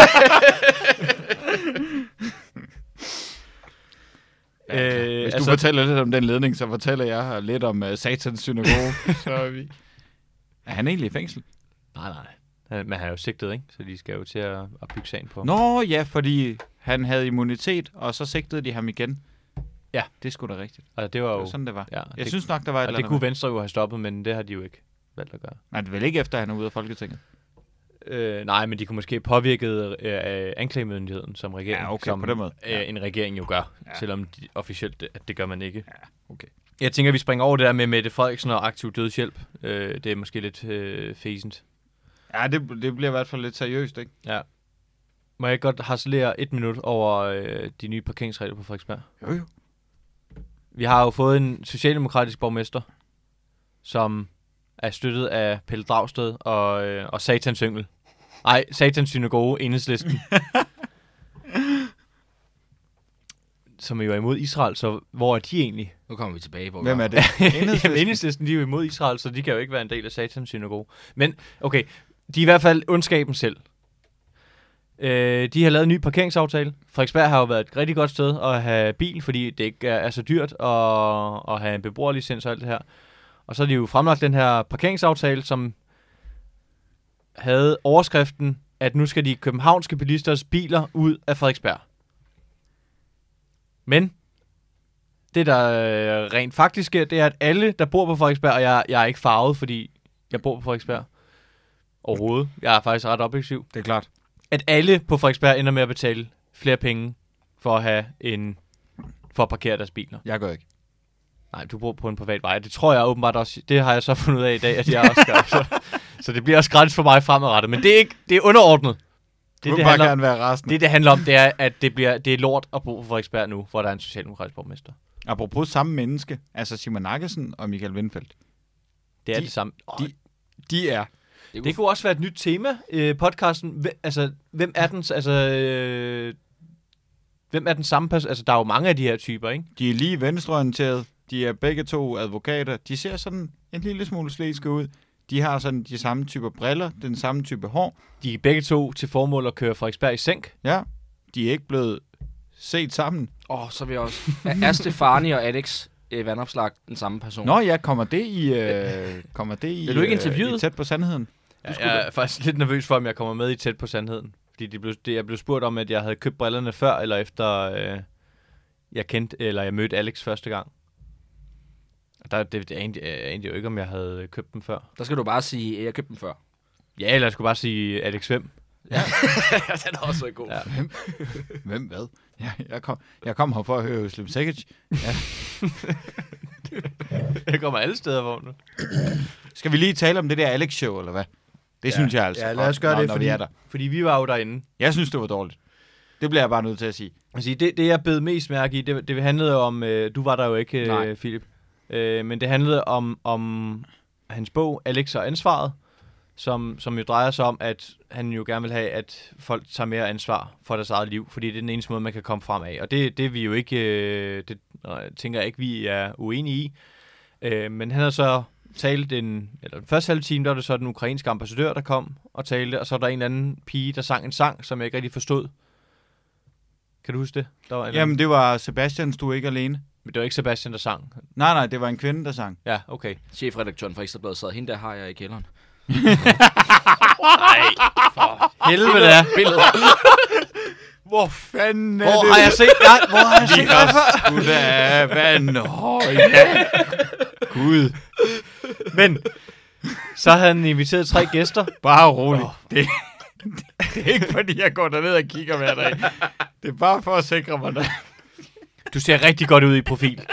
øh, Hvis du altså, fortæller lidt om den ledning, så fortæller jeg lidt om uh, satans synagoge. Så er vi... Er han egentlig i fængsel? Nej, nej. Han- Men han er jo sigtet, ikke? Så de skal jo til at, at bygge sagen på. Nå ja, fordi han havde immunitet, og så sigtede de ham igen. Ja. Det er sgu da rigtigt. Og det var Det jo... var sådan, det var. Ja, Jeg det, synes nok, der var et og eller det andet. kunne Venstre jo have stoppet, men det har de jo ikke valgt at gøre. Nej, det er vel ikke efter, at han er ude af Folketinget. Øh, nej, men de kunne måske påvirke øh, anklagemyndigheden som regering, Ja, okay, som på den måde. Øh, Ja. en regering jo gør, Ja. ja. Selvom de, officielt det, at det gør man ikke. Ja, okay. Jeg tænker, vi springer over det der med Mette Frederiksen og aktiv dødshjælp. Øh, det er måske lidt øh, fæsent. Ja, det, det bliver i hvert fald lidt seriøst, ikke? Ja. Må jeg godt harcelere et minut over øh, de nye parkeringsregler på Frederiksberg? Jo, jo. Vi har jo fået en socialdemokratisk borgmester, som er støttet af Pelle Dragsted og, øh, og Satans Yngel. Nej, Satans Synagoge, Enhedslisten. Som er jo imod Israel, så hvor er de egentlig? Nu kommer vi tilbage, hvor Hvem vi er var. det? Jamen, Enhedslisten, de er jo imod Israel, så de kan jo ikke være en del af Satans Synagoge. Men, okay, de er i hvert fald ondskaben selv. Øh, de har lavet en ny parkeringsaftale. Frederiksberg har jo været et rigtig godt sted at have bil, fordi det ikke er, er så dyrt at, at have en beboerlicens og alt det her. Og så har de jo fremlagt den her parkeringsaftale, som havde overskriften, at nu skal de københavnske bilisters biler ud af Frederiksberg. Men det, der øh, rent faktisk sker, det er, at alle, der bor på Frederiksberg, og jeg, jeg er ikke farvet, fordi jeg bor på Frederiksberg overhovedet. Jeg er faktisk ret objektiv. Det er klart. At alle på Frederiksberg ender med at betale flere penge for at have en for at parkere deres biler. Jeg gør ikke. Nej, du bor på en privat vej. Det tror jeg åbenbart også. Det har jeg så fundet ud af i dag, at jeg også gør. Så, så det bliver også gratis for mig fremadrettet. Men det er ikke, det er underordnet. Det, Det, det det, handler, gerne være resten. det, det handler om, det er, at det, bliver, det er lort at bo på Frederiksberg nu, hvor der er en socialdemokratisk borgmester. Apropos samme menneske, altså Simon Nakkesen og Michael Windfeldt. Det er De- det samme. Oh, De, de er. Det, det kunne også være et nyt tema, øh, podcasten. Hvem, altså, hvem er den? Altså, øh, hvem er den samme person? Altså, der er jo mange af de her typer, ikke? De er lige venstreorienterede. De er begge to advokater. De ser sådan en lille smule slæske ud. De har sådan de samme typer briller, den samme type hår. De er begge to til formål at køre Frederiksberg i sænk. Ja, de er ikke blevet set sammen. Åh, oh, så vil jeg også... Er, er Stefani og Alex øh, Vandopslag den samme person? Nå ja, kommer det i... Øh, kommer det i, Vil du ikke øh, interviewet? i Tæt på Sandheden? Ja, jeg er faktisk lidt nervøs for, om jeg kommer med i Tæt på Sandheden. Fordi det blev, det, jeg blev spurgt om, at jeg havde købt brillerne før, eller efter øh, jeg kendte, eller jeg mødte Alex første gang. Og der, det, det anede jeg anede jo ikke, om jeg havde købt dem før. Der skal du bare sige, at jeg købte dem før. Ja, eller jeg skulle bare sige Alex Hvem. Ja, den er også så god. Ja. Hvem? Hvem hvad? Ja, jeg, kom, jeg kom her for at høre Slim Sekic. Ja. Jeg kommer alle steder, hvor nu. Skal vi lige tale om det der Alex-show, eller hvad? Det Ja. synes jeg altså. Ja, lad os gøre når, det, når fordi, vi er der. fordi vi var jo derinde. Jeg synes, det var dårligt. Det bliver jeg bare nødt til at sige. Altså, det, det jeg bed mest mærke i, det, det handlede om... Øh, du var der jo ikke, Nej. øh, Philip. Øh, men det handlede om, om hans bog, Alex og ansvaret, som, som jo drejer sig om, at han jo gerne vil have, at folk tager mere ansvar for deres eget liv, fordi det er den eneste måde, man kan komme frem af. Og det, det er vi jo ikke... Øh, det øh, tænker jeg ikke, vi er uenige i. Øh, men han har så talt en... Eller den første halve time, der var det så den ukrainske ambassadør, der kom og talte, og så var der en eller anden pige, der sang en sang, som jeg ikke rigtig forstod. Kan du huske det? Der var en Jamen, det var Sebastian, du ikke alene. Men det var ikke Sebastian, der sang. Nej, nej, det var en kvinde, der sang. Ja, okay. Chefredaktøren for Ekstrabladet sad, hende der har jeg i kælderen. Nej, for helvede da. Billeder. Hvor fanden er Hvor det? har jeg set dig? Hvor har jeg set Vi dig har før? sgu da... Hvad? Nå, ja. Gud. Men, så havde han inviteret tre gæster. Bare roligt. Åh. Det, det er ikke, fordi jeg går derned og kigger hver dag. Det er bare for at sikre mig, der... Du ser rigtig godt ud i profil.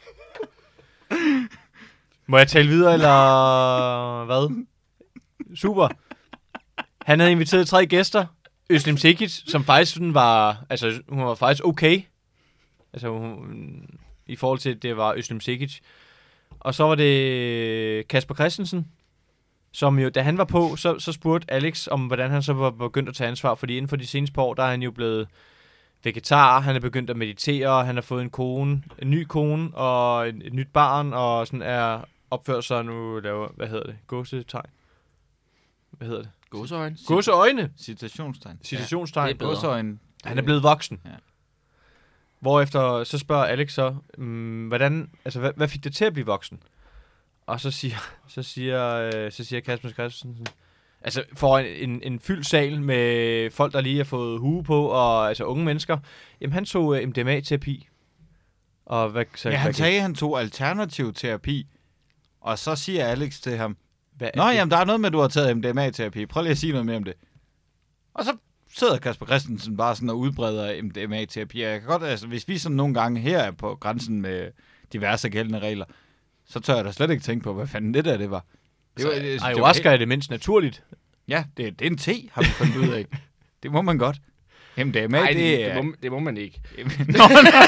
Må jeg tale videre, eller hvad? Super. Han havde inviteret tre gæster. Özlem Cekic, som faktisk sådan var... Altså, hun var faktisk okay. Altså, hun, i forhold til, at det var Özlem Cekic. Og så var det Kasper Christensen, som jo, da han var på, så, så spurgte Alex om, hvordan han så var begyndt at tage ansvar. Fordi inden for de seneste par år, der er han jo blevet vegetar, han er begyndt at meditere, han har fået en kone, en ny kone og et, et nyt barn, og sådan er opført sig nu, laver, hvad hedder det, gåsetegn? Hvad hedder det? Gåseøjne. Gåseøjne! Citationstegn. Citationstegn. det er bedre. Gåseøjne. Han er blevet voksen. Ja. Hvorefter så spørger Alex så, mm, hvordan, altså, hvad, hvad fik det til at blive voksen? Og så siger, så siger, øh, så siger Kasper Christensen, altså for en, en, en fyldt sal med folk, der lige har fået hue på, og altså unge mennesker, jamen han tog uh, M D M A-terapi. Og hvad, så, Ja, hvad, han sagde, at han tog alternativ terapi. Og så siger Alex til ham, hvad, Nå, jamen, der er noget med, at du har taget M D M A-terapi. Prøv lige at sige noget mere om det. Og så sidder Kasper Christensen bare sådan og udbreder M D M A-terapi. Jeg kan godt, altså, hvis vi sådan nogle gange her er på grænsen med diverse gældende regler, så tør jeg da slet ikke tænke på, hvad fanden det der det var. Det var, det, det var ayahuasca er det mindst naturligt. Ja, det, det er en te, har vi fundet ud af. Det må man godt. M D M A, Nej, det, det, er... det, må, det må man ikke. Nå,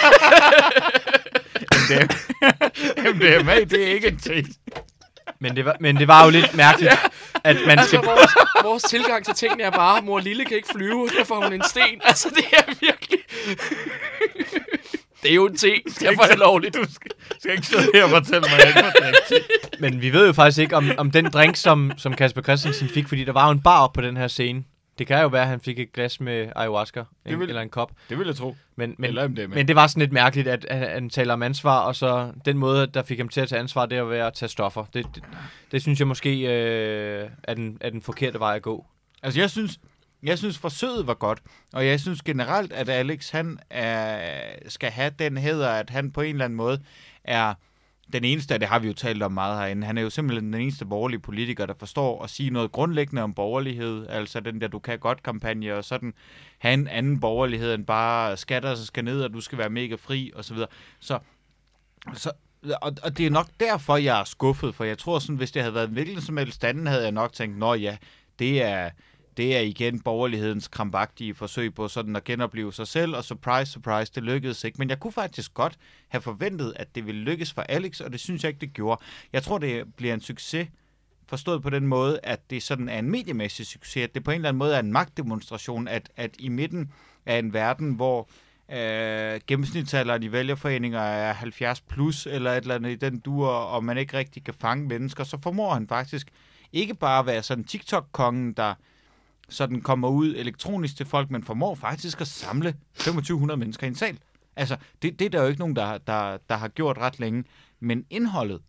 M D M A, det er ikke en te. Men det var, men det var jo lidt mærkeligt, at man Altså, skal... vores, vores tilgang til tingene er bare, mor lille kan ikke flyve, derfor har hun en sten. Altså, det er virkelig... Det er jo en te, derfor er det lovligt. Du skal, skal ikke sidde her og fortælle mig, at jeg ikke må drikke te. Men vi ved jo faktisk ikke, om, om den drink, som, som Kasper Christensen fik, fordi der var jo en bar på den her scene. Det kan jo være, at han fik et glas med ayahuasca, en, vil- eller en kop. Det vil jeg tro. Men, men, Eller M D M A. men det var sådan lidt mærkeligt, at, at han taler om ansvar, og så den måde, der fik ham til at tage ansvar, det er at være at tage stoffer. Det, det, det synes jeg måske øh, er, den, er den forkerte vej at gå. Altså, jeg synes, jeg synes forsøget var godt, og jeg synes generelt, at Alex, han er, skal have den hæder, at han på en eller anden måde er den eneste, og det har vi jo talt om meget herinde, han er jo simpelthen den eneste borgerlige politiker, der forstår at sige noget grundlæggende om borgerlighed, altså den der, du kan godt kampagne, og sådan have en anden borgerlighed, end bare skatter, så skal ned, og du skal være mega fri, og så videre. Så, så og, og det er nok derfor, jeg er skuffet, for jeg tror sådan, hvis det havde været en hvilken som helst anden, havde jeg nok tænkt, nå ja, det er... Det er igen borgerlighedens krampagtige forsøg på sådan at genopleve sig selv, og surprise, surprise, det lykkedes ikke. Men jeg kunne faktisk godt have forventet, at det ville lykkes for Alex, og det synes jeg ikke, det gjorde. Jeg tror, det bliver en succes, forstået på den måde, at det sådan er en mediemæssig succes, at det på en eller anden måde er en magtdemonstration, at, at i midten af en verden, hvor øh, gennemsnitsalderen i vælgerforeninger er halvfjerds plus, eller et eller andet i den dur, og man ikke rigtig kan fange mennesker, så formår han faktisk ikke bare at være sådan TikTok-kongen, der sådan kommer ud elektronisk til folk, men formår faktisk at samle femogtyve hundrede mennesker i en sal. Altså, det, det er der jo ikke nogen, der, der, der har gjort ret længe. Men indholdet,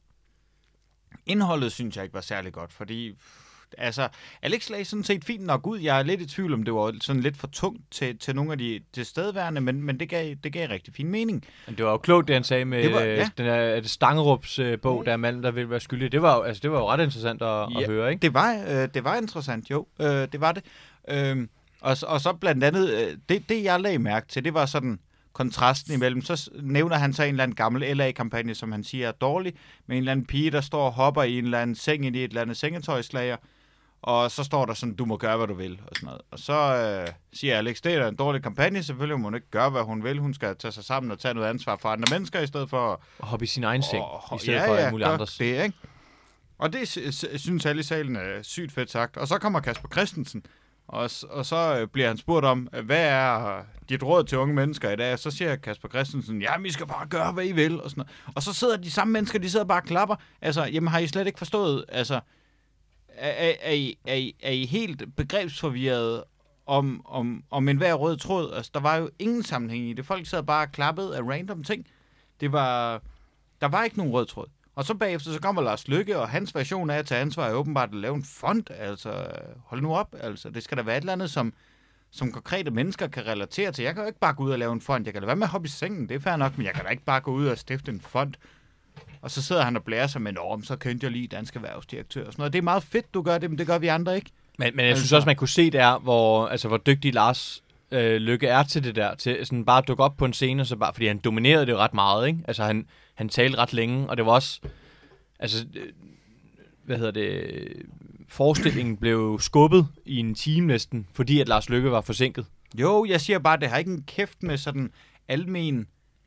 indholdet synes jeg ikke var særlig godt, fordi altså, Alex lagde sådan set fint nok ud. Jeg er lidt i tvivl om, det var sådan lidt for tungt til, til nogle af de tilstedeværende, men, men det, gav, det gav rigtig fin mening. Men det var jo klogt, det han sagde med Det var- ja. den der det Stangerups øh, bog, der er manden, der vil være skyldig. Det var jo, altså, det var jo ret interessant at, Ja, at høre, ikke? Det var, øh, det var interessant, jo. Øh, det var det. Øh, og, s- og så blandt andet, øh, det, det jeg lagde mærke til, det var sådan kontrasten imellem. Så s- nævner han så en eller anden gammel L A-kampagne, som han siger er dårlig, med en eller anden pige, der står og hopper i en eller anden seng i et eller andet sengetøjslager. Og så står der sådan, du må gøre, hvad du vil, og sådan noget. Og så øh, siger Alex, det er en dårlig kampagne, selvfølgelig må hun ikke gøre, hvad hun vil. Hun skal tage sig sammen og tage noget ansvar for andre mennesker, i stedet for at Og hoppe i sin egen seng, Åh, i stedet ja, for ja, alle mulige gør andres. det, ikke? Og det sy- sy- synes alle i salen er sygt fedt sagt. Og så kommer Kasper Christensen, og, s- og så øh, bliver han spurgt om, øh, hvad er dit råd til unge mennesker i dag? Så siger Kasper Christensen, jamen I skal bare gøre, hvad I vil. Og, sådan noget. Og så sidder de samme mennesker, de sidder bare og klapper. Altså, jamen har I slet ikke forstået, altså, er, er, er, I, er, I, er I helt begrebsforvirret om, om, om enhver rød tråd? Altså, der var jo ingen sammenhæng i det. Folk sad bare og klappede af random ting. Det var, der var ikke nogen rød tråd. Og så bagefter, så kommer Lars Løkke, og hans version af at tage ansvar er åbenbart at lave en fond. Altså, hold nu op. Altså, det skal da være et eller andet, som, som konkrete mennesker kan relatere til. Jeg kan jo ikke bare gå ud og lave en fond. Jeg kan da være med at hoppe i sengen, det er fair nok, men jeg kan da ikke bare gå ud og stifte en fond. Og så sidder han og blærer sig med, om så kendte jeg lige dansk erhvervsdirektør og sådan noget. Det er meget fedt, du gør det, men det gør vi andre ikke. Men, men jeg synes Altså- også, man kunne se der, hvor, altså, hvor dygtig Lars øh, Løkke er til det der. Til sådan bare at dukke op på en scene, så bare, fordi han dominerede det jo ret meget, ikke? Altså, han, han talte ret længe, og det var også... Altså, øh, hvad hedder det... Forestillingen blev skubbet i en time næsten, fordi at Lars Løkke var forsinket. Jo, jeg siger bare, det har ikke en kæft med sådan almen,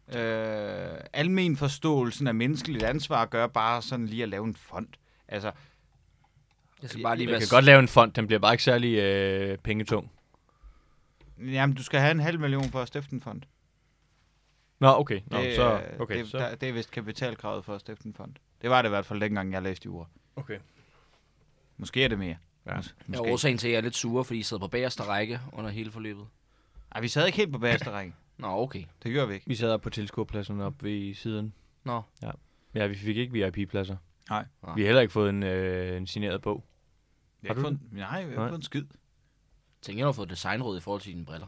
øh, almen forståelsen af menneskeligt ansvar at gøre, bare sådan lige at lave en fond. Altså, Jeg skal bare lige Jeg være... kan godt lave en fond, den bliver bare ikke særlig øh, pengetung. jamen, du skal have en halv million for at stifte en fond. Nå, okay. Nå, det, så, øh, okay, det, så. Der, det er vist kapitalkravet for at stifte en fond. Det var det i hvert fald dengang, jeg læste jura. Okay. Måske er det mere. Ja. Mås- Ja, Måske. årsagen til, at jeg er lidt sure, fordi I sidder på bagerste række under hele forløbet. Ej, vi sad ikke helt på bagerste række. Nå, okay. Det gør vi ikke. Vi sad på tilskuerpladsen op ved siden. Nå, Ja, vi fik ikke V I P-pladser. Nej. Vi har heller ikke fået en, øh, en signeret bog. Jeg Har har du fået, en- nej, jeg har Nej. fået en skid. tænk, jeg har fået designråd i forhold til dine briller.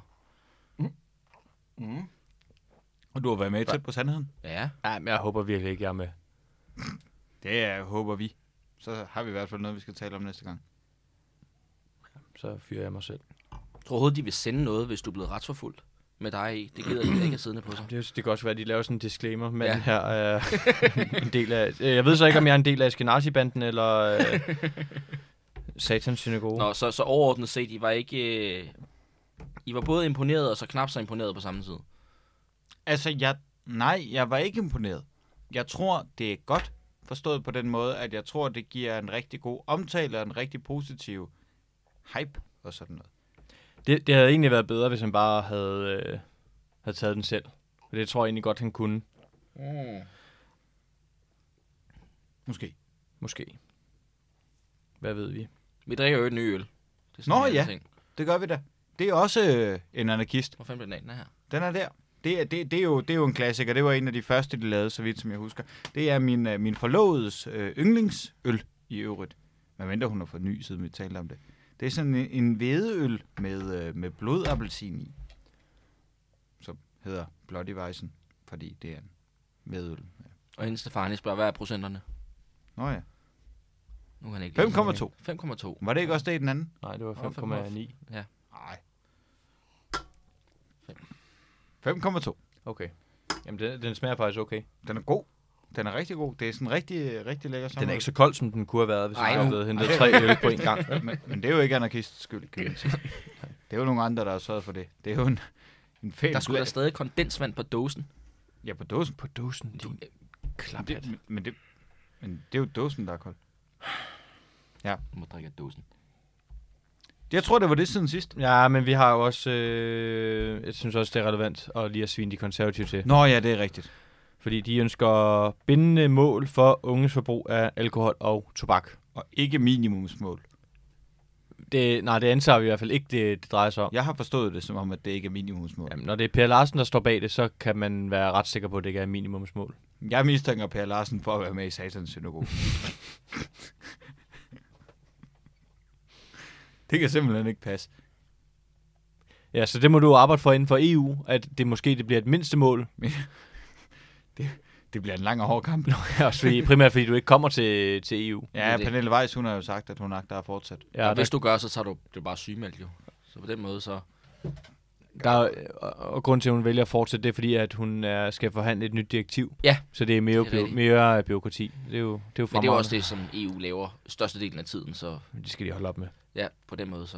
Mm. Og du har været med tæt på sandheden. Ja, Ja, men jeg håber virkelig ikke, jeg er med. Det er, håber vi. Så har vi i hvert fald noget, vi skal tale om næste gang. Så fyrer jeg mig selv. jeg tror overhovedet, de vil sende noget, hvis du er blevet retsforfulgt med dig i. Det gider de ikke at siddende på sig. Det, det kan også være, at de laver sådan en disclaimer, men Ja. ja. her er en del af... øh, Jeg ved så ikke, om jeg er en del af Eskenazi-banden, eller øh, Satans synagoge. Nå, så, så overordnet set, I var ikke... Øh, I var både imponeret og så knap så imponeret på samme tid. Altså, jeg, nej, jeg var ikke imponeret. Jeg tror, det er godt forstået på den måde, at jeg tror, det giver en rigtig god omtale og en rigtig positiv hype og sådan noget. Det, det havde egentlig været bedre, hvis han bare havde, øh, havde taget den selv. For det tror jeg egentlig godt, han kunne. Mm. Måske. Måske. Hvad ved vi? Vi drikker jo et ny øl. Det er sådan Nå, en ja. anden ting. Det gør vi da. Det er også øh, en anarkist. Hvor fanden blev den af, den er her? Den er der. Det er, det, det, er jo, det er jo en klassiker. Det var en af de første, de lavede, så vidt som jeg husker. Det er min, øh, min forlovedes øh, yndlingsøl i øvrigt. Men mindre hun har fået ny, siden vi talte om det. Det er sådan en, en hvedeøl med, øh, med blodappelsin i. Som hedder Bloody Weizen, fordi det er en hvedeøl. Ja. Og hende Stefanie spørger, hvad er procenterne? Nå ja. Nu kan han ikke fem læse. komma to. fem komma to. Var det ikke også det i den anden? Nej, det var Nå, fem komma ni. Ja. Nej. fem komma to. Okay. Jamen, den, den smager faktisk okay. Den er god. Den er rigtig god. Det er sådan rigtig, rigtig lækker sommer. Den er ikke så kold, som den kunne have været, hvis Ej, jeg nu. havde blevet hentet tre øl på en gang. men, men det er jo ikke anarkistens skyld, kan man sige. Det er jo nogle andre, der har sørget for det. Det er jo en, en fæl. Der skulle der stadig kondensvand på dåsen. Ja, på dåsen. På dåsen, din Men klaphat. det, men, men, det, men det er jo dåsen, der er kold. Du må drikke af dåsen. Jeg tror, det var det siden sidst. Ja, men vi har jo også... Øh, jeg synes også, det er relevant at lige at svine de konservative til. Nå ja, det er rigtigt. Fordi de ønsker bindende mål for unges forbrug af alkohol og tobak. Og ikke minimumsmål. Det, nej, det antager vi i hvert fald ikke, det, det drejer sig om. Jeg har forstået det som om, at det ikke er minimumsmål. Jamen, når det er Per Larsen, der står bag det, så kan man være ret sikker på, at det ikke er minimumsmål. Jeg mistænker Per Larsen for at være med i Satans synagoge. Det kan simpelthen ikke passe. Ja, så det må du arbejde for inden for E U, at det måske det bliver et mindste mål. det, det bliver en lang og hård kamp. Også fordi, primært fordi du ikke kommer til, til E U. Ja, det. Pernille Weiss, hun har jo sagt, at hun agter at fortsætte. Ja, og hvis der, du gør, så tager du det bare sygemeldt jo. Så på den måde, så... der er, og grund til, at hun vælger at fortsætte, det er fordi, at hun er, skal forhandle et nyt direktiv. Ja. Så det er mere, Det er bio, rigtigt. mere byråkrati. Det er jo, det er jo Men det er fremragende. jo også det, som E U laver størstedelen af tiden, så Det skal de holde op med. ja, på den måde, så...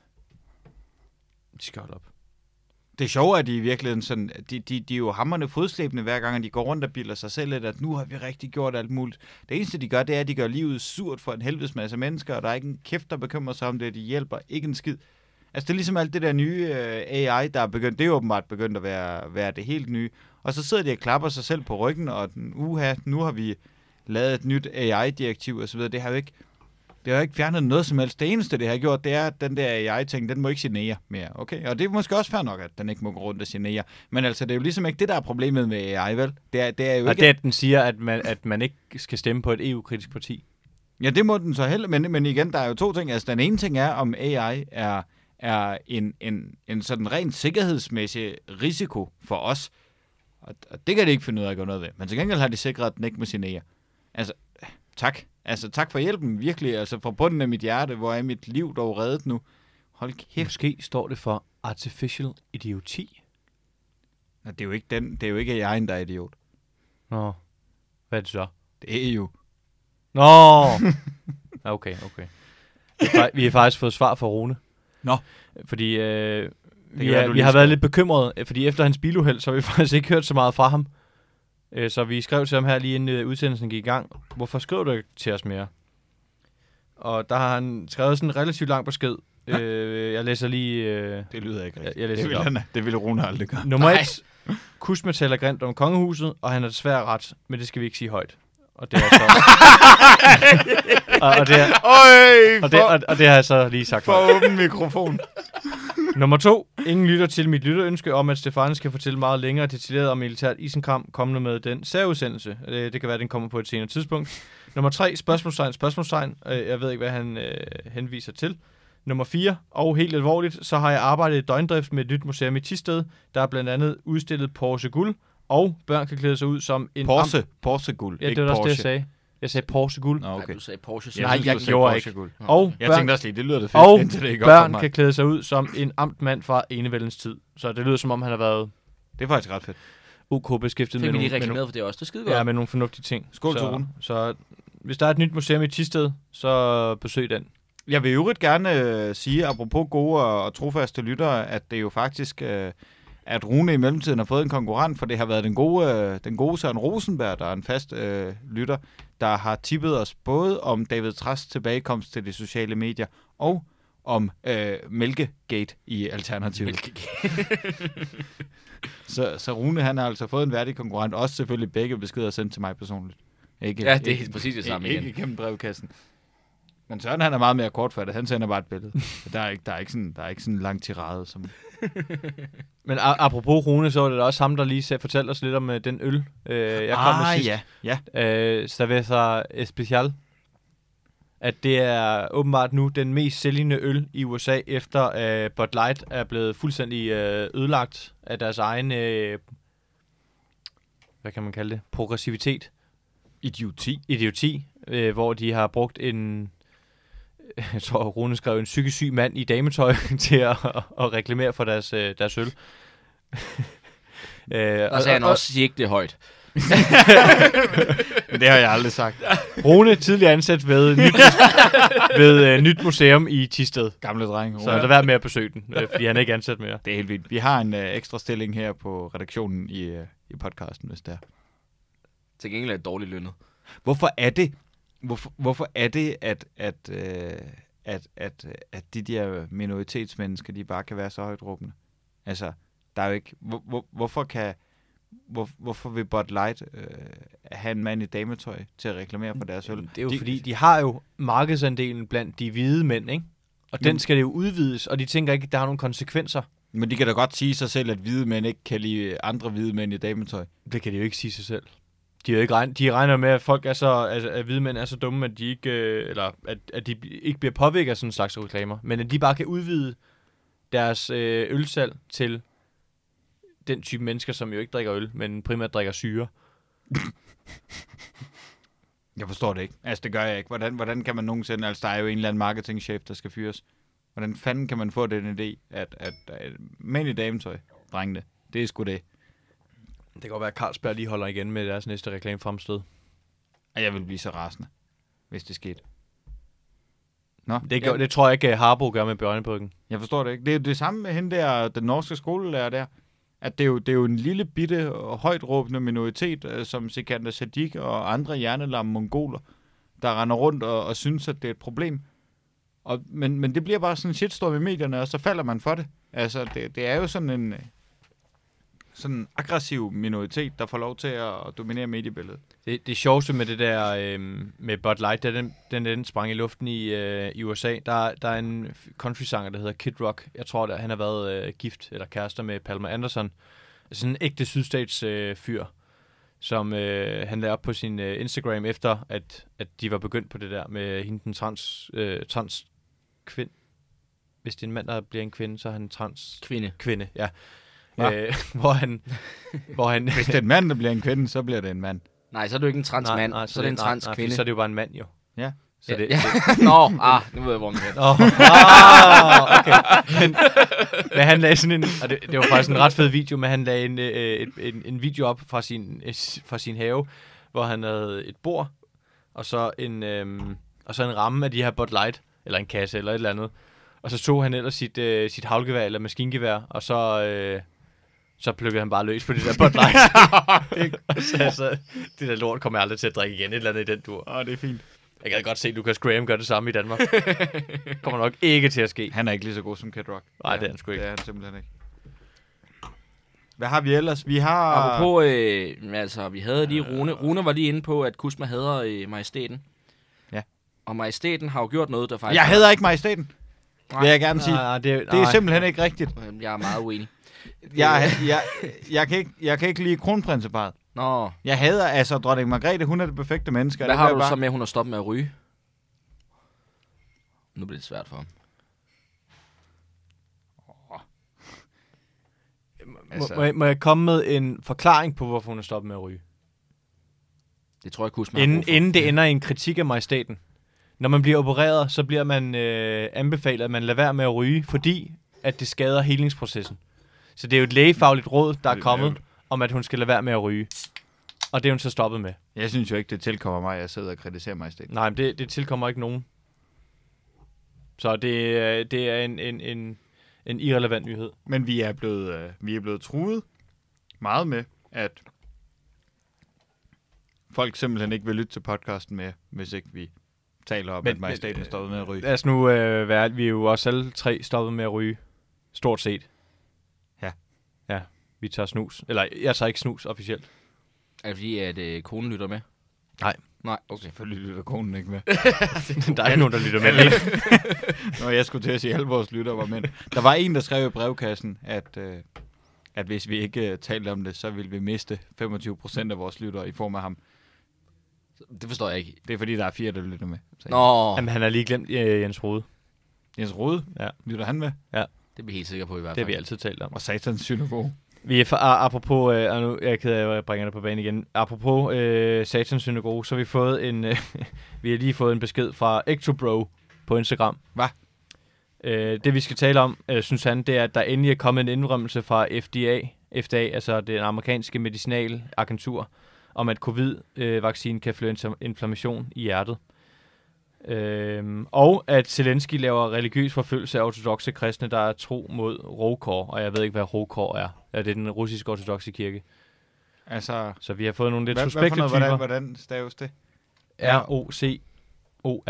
De skal holde op. Det sjove er, at de i virkeligheden sådan, de, de, de er jo hammerne fodslæbende hver gang, at de går rundt og bilder sig selv lidt, at nu har vi rigtig gjort alt muligt. Det eneste, de gør, det er, at de gør livet surt for en helvedes masse mennesker, og der er ikke en kæft, der bekymrer sig om det, de hjælper ikke en skid. Altså, det er ligesom alt det der nye uh, A I, der er begyndt, det er åbenbart begyndt at være, være det helt nye. Og så sidder de og klapper sig selv på ryggen, og uha, nu har vi lavet et nyt A I-direktiv og så videre. Det har jo ikke, det har jo ikke fjernet noget som helst. Det eneste, det har gjort, det er, at den der A I-ting, den må ikke genere mere. Okay? Og det er måske også fair nok, at den ikke må gå rundt og genere. Men altså, det er jo ligesom ikke det, der er problemet med A I, vel? Det er, det er jo Og ikke... det, at den siger, at man, at man ikke skal stemme på et E U-kritisk parti. Ja, det må den så heller, men, men igen, der er jo to ting. Altså, den ene ting er, om A I er, er en, en, en sådan rent sikkerhedsmæssig risiko for os. Og, og det kan de ikke finde ud af at gøre noget ved. Men til gengæld har de sikret, at den ikke må genere. Altså, tak. Altså, tak for hjælpen, virkelig. Altså, fra bunden af mit hjerte, hvor er mit liv dog reddet nu. Hold kæft. Måske står det for artificial idioti. Nå, det er jo ikke den. Det er jo ikke A I'en, der er idiot. Nå, hvad er det så? Det er jo. Nå! Ja, okay, okay. Vi har, vi har faktisk fået svar fra Rune. Nå. Fordi øh, vi, være, er, du vi lige har skal- været lidt bekymrede, fordi efter hans biluheld, så har vi faktisk ikke hørt så meget fra ham. Øh, så vi skrev til ham her lige inden øh, udsendelsen gik i gang. Hvorfor skriver du ikke til os mere? Og der har han skrevet sådan en relativt lang besked. Øh, jeg læser lige... Øh, Det lyder ikke rigtigt. Jeg- jeg læser det, ville det op. han, det ville Rune aldrig gøre. nummer Nej. et. Kusme taler grimt om kongehuset, og han er desværre ret, men det skal vi ikke sige højt. Og det er så... og, og, det er, Øj, og, det, og, og det har jeg så lige sagt højt. for åben mikrofon. Nummer to. Ingen lytter til mit lytterønske om, at Stefan skal fortælle meget længere detaljeret om militært isenkram, kommende med den særudsendelse. Det, det kan være, at den kommer på et senere tidspunkt. Nummer tre. Spørgsmålstegn, spørgsmålstegn. Øh, Jeg ved ikke, hvad han øh, henviser til. Nummer fire. Og helt alvorligt, så har jeg arbejdet i døgndrift med et nyt museum i Thisted. Der er blandt andet udstillet Porsche Guld, og børn kan klæde sig ud som en... Porsche. Am- Porsche guld. Ja, det var også det, jeg sagde. Jeg sagde Porsche Guld. Nå, Okay. okay. Nej, du sagde Porsche. Så Nej, synes, jeg du sagde gjorde Porsche ikke. guld. Og Jeg børn, tænkte også lige, det lyder det fedt, og indtil det ikke op for børn mig. kan klæde sig ud som en amtmand fra enevældens tid. Så det lyder som om, han har været Det er faktisk ret fedt. OK beskæftiget fik med vi nogle, lige med, nogle, reklameret for det også. Det er skide godt. ja, med nogle fornuftige ting. Skål, så, Torben. så hvis der er et nyt museum i Thisted, så besøg den. Jeg vil i øvrigt gerne øh, sige, apropos gode og, og trofaste lyttere, at det jo faktisk, øh, at Rune i mellemtiden har fået en konkurrent, for det har været den gode, øh, den gode Søren Rosenberg, der er en fast øh, lytter, der har tippet os både om David Trasts tilbagekomst til de sociale medier, og om øh, Mælkegate i Alternativet. så, så Rune, han har altså fået en værdig konkurrent, også selvfølgelig begge beskeder sendt til mig personligt. Ikke, Ja, det er ikke, præcis det samme ikke, igen. ikke gennem brevkassen. Men Søren, han er meget mere kortfattet. Han sender bare et billede. Der er ikke, der er ikke sådan, der er ikke sådan en lang tirade som... Men a- apropos Rune, så var det da også ham, der lige sagde, fortalte os lidt om uh, den øl, uh, jeg kom med sidst. ja, ja. Uh, Cerveza Especial. At det er åbenbart nu den mest sælgende øl i U S A, efter uh, Bud Light er blevet fuldstændig uh, ødelagt af deres egen, uh, hvad kan man kalde det, progressivitet. Idioti. Idioti, øh, hvor de har brugt en, jeg tror Rune skrev, en psykisk syg mand i dametøj til at, at reklamere for deres, øh, deres øl. øh, Og så sagde han også, sig ikke det højt. Det har jeg aldrig sagt. Rune, tidligere ansat ved nyt, ved øh, nyt museum i Thisted. Gamle dreng. Så lad være med at besøge den, øh, fordi han er ikke ansat mere. Det er helt vildt. Vi har en øh, ekstra stilling her på redaktionen i, øh, i podcasten, hvis det er. Til gengæld er det dårligt lønnet. Hvorfor er det, hvorfor, hvorfor er det at, at, øh, at, at, at de der minoritetsmennesker, de bare kan være så højtråbende. Altså, der er jo ikke... Hvor, hvor, hvorfor kan... Hvor, hvorfor vil Bud Light øh, have en mand i dametøj til at reklamere for deres øl? Det er jo de, fordi, de har jo markedsandelen blandt de hvide mænd, ikke? Og Men- den skal det jo udvides, og de tænker ikke, at der har nogle konsekvenser. Men de kan da godt sige sig selv, at hvide mænd ikke kan lide andre hvide mænd i dametøj. Det kan de jo ikke sige sig selv. De, er jo ikke regn, de regner med, at folk er så, altså, at hvide mænd er så dumme, at de ikke, øh, eller at, at de ikke bliver påvirket af sådan en slags reklamer, men at de bare kan udvide deres øh, ølsalg til den type mennesker, som jo ikke drikker øl, men primært drikker syre. Jeg forstår det ikke. Altså, det gør jeg ikke. Hvordan, hvordan kan man nogensinde... Altså, der er jo en eller anden marketingchef, der skal fyres. Hvordan fanden kan man få den idé, at, at, at mænd i dametøj, drengene, det er sgu det. Det kan godt være, at Carlsberg lige holder igen med deres næste reklamefremstød. Og jeg vil blive så rasende, hvis det skete. Nå, Det, gør, jeg, det tror jeg ikke, at Harbo gør med Bjørnebryggen. jeg forstår det ikke. Det er jo det samme med hende der, den norske skolelærer der. At det er jo, det er jo en lille bitte og højt råbende minoritet, øh, som Sikander Sadiq og andre hjernelamme mongoler, der render rundt og, og synes, at det er et problem. Og, men, men det bliver bare sådan en shitstorm i medierne, og så falder man for det. Altså, det, det er jo sådan en øh, sådan en aggressiv minoritet, der får lov til at dominere mediebilledet. Det, det sjoveste med det der øh, med Bud Light, det er den, den, den sprang i luften i, øh, i U S A. Der, der er en country-sanger, der hedder Kid Rock. Jeg tror, at han har været øh, gift eller kærester med Palmer Anderson. Sådan en ægte sydstats øh, fyr, som øh, han lagde op på sin øh, Instagram efter, at, at de var begyndt på det der med hende den trans, øh, trans kvind. Hvis det er en mand, der bliver en kvinde, så er han trans Kvinde. kvinde. Ja. Hva? Øh, hvor han, hvor han Hvis det er en mand, der bliver en kvinde, så bliver det en mand. Nej, så er du ikke en transmand, så, så er det en nej, nej, fordi transkvinde. så er det jo bare en mand, jo. Ja. Så Ja, det, ja. Nå, ah, nu ved jeg, hvor man er. Åh, ah, okay. Men, men han lagde sådan en, og det, det var faktisk en ret fed video, men han lagde en, øh, en, en, en video op fra sin, øh, fra sin have, hvor han havde et bord, og så en, øh, og så en ramme af de her Bud Light, eller en kasse, eller et eller andet. Og så tog han ellers sit, øh, sit havlgevær, eller maskingevær, og så, øh, så plukkede han bare løs på det der Bud Light. så, så, det der lort kommer jeg aldrig til at drikke igen, et eller andet i den dur. Åh, det er fint. Jeg kan godt se, at Lucas Graham gør det samme i Danmark. Kommer nok ikke til at ske. Han er ikke lige så god som Kid Rock. Nej, det er han sgu ikke. Det er han simpelthen ikke. Hvad har vi ellers? Vi har... Apropos, øh, altså, vi havde lige Rune. Rune var lige inde på, at Kusma hader øh, majestæten. Ja. Og majestæten har jo gjort noget, der faktisk... Jeg hader ikke majestæten, vil jeg gerne sige. Nej, det, Det er simpelthen ikke rigtigt. Øh, Jeg er meget uenig. Jeg, jeg, jeg, kan ikke, jeg kan ikke lide kronprinseparet. Nå, Jeg hader altså dronning Margrethe. Hun er det perfekte menneske. hvad Det har gør du bare- så med, at hun har stoppet med at ryge? Nu bliver det svært for ham. Altså- må, må, jeg, må jeg komme med en forklaring på, hvorfor hun er stoppet med at ryge? Det tror jeg, Kusma har Inden, brug for. inden det ender i en kritik af majestaten. Når man bliver opereret, så bliver man øh, anbefalet, at man lader være med at ryge, fordi at det skader helingsprocessen. Så det er jo et lægefagligt råd, der er kommet, om at hun skal lade være med at ryge. Og det er hun så stoppet med. Jeg synes jo ikke, det tilkommer mig, at jeg sidder og kritiserer majestæten. Nej, men det, det tilkommer ikke nogen. Så det, er- det er en, en, en, en irrelevant nyhed. Men vi er blevet, øh, vi er blevet truet meget med, at folk simpelthen ikke vil lytte til podcasten med, hvis ikke vi taler om, Men- at majestæten er stoppet med at ryge. Lad os nu øh, være, vi er jo også alle tre stoppet med at ryge. Stort set. Ja. Ja, vi tager snus. Eller, jeg tager ikke snus officielt. Er det fordi, at øh, konen lytter med? Nej. Nej, okay. Selvfølgelig lytter konen ikke med. Der er ikke nogen, der lytter med. Nå, jeg skulle til at sige, at alle vores lytter var mænd. Der var en, der skrev i brevkassen, at, øh, at hvis vi ikke øh, talte om det, så ville vi miste femogtyve procent af vores lyttere i form af ham. Det forstår jeg ikke. Det er fordi, der er fire, der lytter med. Så, Nå, Jamen, han har lige glemt øh, Jens Rode. Jens Rode, Ja. lytter han med? det er vi helt sikre på i hvert Det fald. har vi altid talt om. Og satans synagoge. Vi er for, a- apropos, øh, og nu jeg er ked af, at jeg bringer det på banen igen. Apropos øh, Satans synagoge, så har vi fået en, øh, vi har lige fået en besked fra Ectobro på Instagram. Hvad? Øh, det vi skal tale om, øh, synes han, det er, at der endelig er kommet en indrømmelse fra F D A, F D A, altså det amerikanske medicinalagentur, om at covid-vaccinen kan føre til inflammation i hjertet. Øhm, og at Zelensky laver religiøs forfølgelse af ortodoxe kristne, der er tro mod Rokor, og jeg ved ikke, hvad Rokor er. Ja, det er den russiske ortodoxe kirke. Altså, Så vi har fået nogle lidt hvad, hvad for suspekte noget, hvordan, typer. hvordan staves det? R O C O R.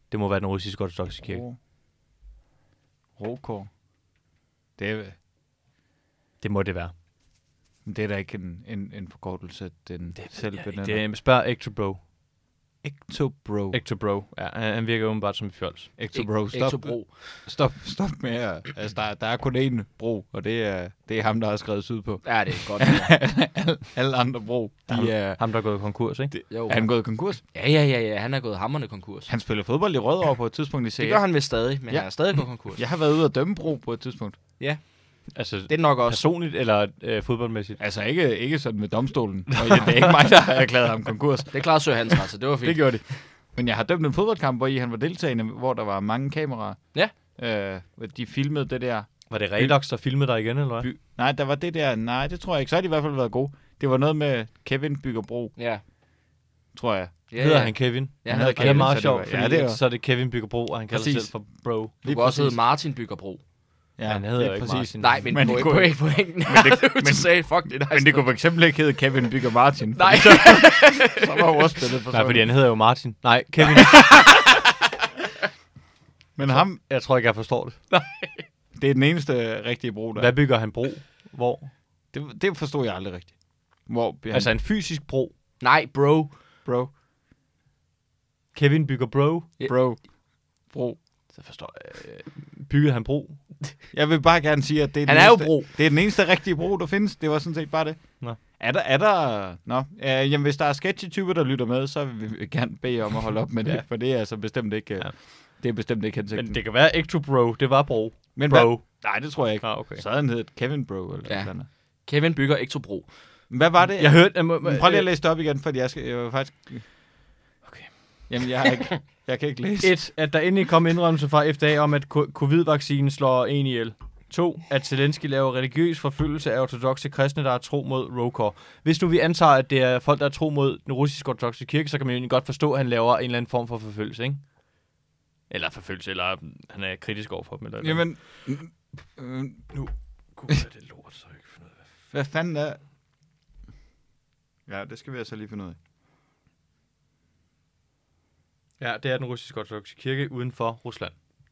Det må være den russiske ortodokse kirke. Ro. Rokor. Det er, Det må det være. det er da ikke en, en, en forkortelse, den det, selv benævner. Det er spørg Ectobro. Ectobro. Ectobro. Ja, han, han virker åbenbart som en fjols. Ectobro. Stop, Ektobro. stop, stop med at... Altså, der, der er kun én bro, og det er, det er ham, der har skrevet syd på. Ja, det er godt. alle, alle andre bro, de Ham, er... ham, der er gået konkurs, ikke? Det, Jo. er han gået konkurs? Ja, ja, ja, ja. Han er gået hamrende konkurs. Han spiller fodbold i Rødovre på et tidspunkt i C F. Det gør han vist stadig, men Ja. han er stadig gået konkurs. Jeg har været ude at dømme bro på et tidspunkt. Altså, Det er nok også. personligt eller øh, fodboldmæssigt? Altså ikke, ikke sådan med domstolen. Og det er ikke mig, der har erklæret ham konkurs. Det klarede Søren Hansen, altså. Det var fint. Det gjorde de. Men jeg har dømt en fodboldkamp, hvor I han var deltagende, hvor der var mange kameraer. Ja. Øh, de filmede det der. Var det Redox, der filmede dig igen, eller hvad? By- nej, der var det der. Nej, det tror jeg ikke. Så har de i hvert fald været gode. Det var noget med Kevin bygger bro, Ja. tror jeg. Ja, Hedder ja. han Kevin? Ja, Han han hedder Det er Kevin, meget så det sjovt, var- fordi ja, det er- så er det Kevin bygger bro, og han kalder sig Præcis. selv for bro. Du Lige kan også hedde præcis. Martin Byggerbro. Ja, Han hedder lige jo ikke præcis. Martin. Nej, men, Men men det på, kunne- på, pointen men er, det- at du men- sagde, fuck det der. Men det kunne for eksempel ikke hedde Kevin bygger Martin. Nej. Så, så var ordspillet for Nej, fordi han hedder jo Martin. Nej, Kevin. Men ham, Jeg tror ikke, jeg forstår det. det er den eneste rigtige bro, der Hvad er. bygger han bro? Hvor? Det, det forstod jeg aldrig rigtigt. Hvor bliver han? Altså en fysisk bro. Nej, bro. bro, Kevin bygger bro. bro, bro. Så forstår jeg. Øh, byggede han bro? Jeg vil bare gerne sige, at det er, Han den er jo eneste, bro. det er den eneste rigtige bro, der findes. Det var sådan set bare det. Nå. Er der... Er der nå, øh, jamen, hvis der er sketchy-typer, der lytter med, så vil vi gerne bede om at holde op med det. Ja. For det er altså bestemt ikke... Ja. Ja. Det er bestemt ikke hensigten. Men det kan være Ectobro. Det var bro. Men Bro. Hvad? Nej, det tror jeg ikke. Ah, okay. Så havde han heddet Kevin Bro eller Ja. ja. Eller andet. Kevin bygger Ektobro. Hvad var det? Jeg hørte... Jeg må, Men prøv lige at læse det op igen, fordi jeg skal jeg var faktisk... Okay. Jamen, jeg, har ikke, jeg kan ikke læse. Et, at der endelig kom indrømmelse fra F D A om, at ko- covid-vaccinen slår en ihjel. To, at Zelensky laver religiøs forfølgelse af ortodoxe kristne, der er tro mod Rokor. Hvis nu vi antager, at det er folk, der er tro mod den russiske ortodoxe kirke, så kan man jo egentlig godt forstå, at han laver en eller anden form for forfølgelse, ikke? Eller forfølgelse, eller han er kritisk over for dem. Eller Jamen... Øh, nu, gud, er det lort, så jeg ikke finde ud af. hvad fanden er... Ja, det skal vi altså lige finde ud af. Ja, det er den russiske ortodoxe kirke uden for Rusland.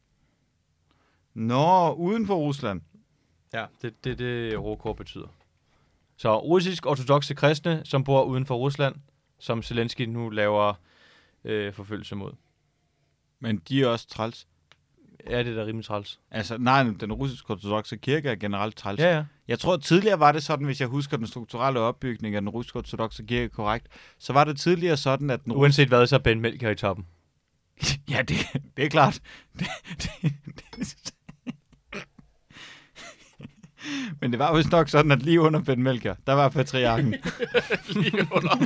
Nå, uden for Rusland. Ja, det er det, det Rokor betyder. Så russisk ortodoxe kristne, som bor uden for Rusland, som Zelensky nu laver øh, forfølgelse mod. Men de er også træls. Ja, det er da rimelig træls. Altså, nej, den russiske ortodoxe kirke er generelt træls. Ja, ja. Jeg tror, tidligere var det sådan, hvis jeg husker den strukturelle opbygning af den russiske ortodoxe kirke korrekt, så var det tidligere sådan, at den russiske... Uanset hvad, så er Ben Melchior i toppen. Ja, det, det er klart. Det, det, det. Men det var vist nok sådan, at lige under Ben Melchior, der var patriarken. Lige under.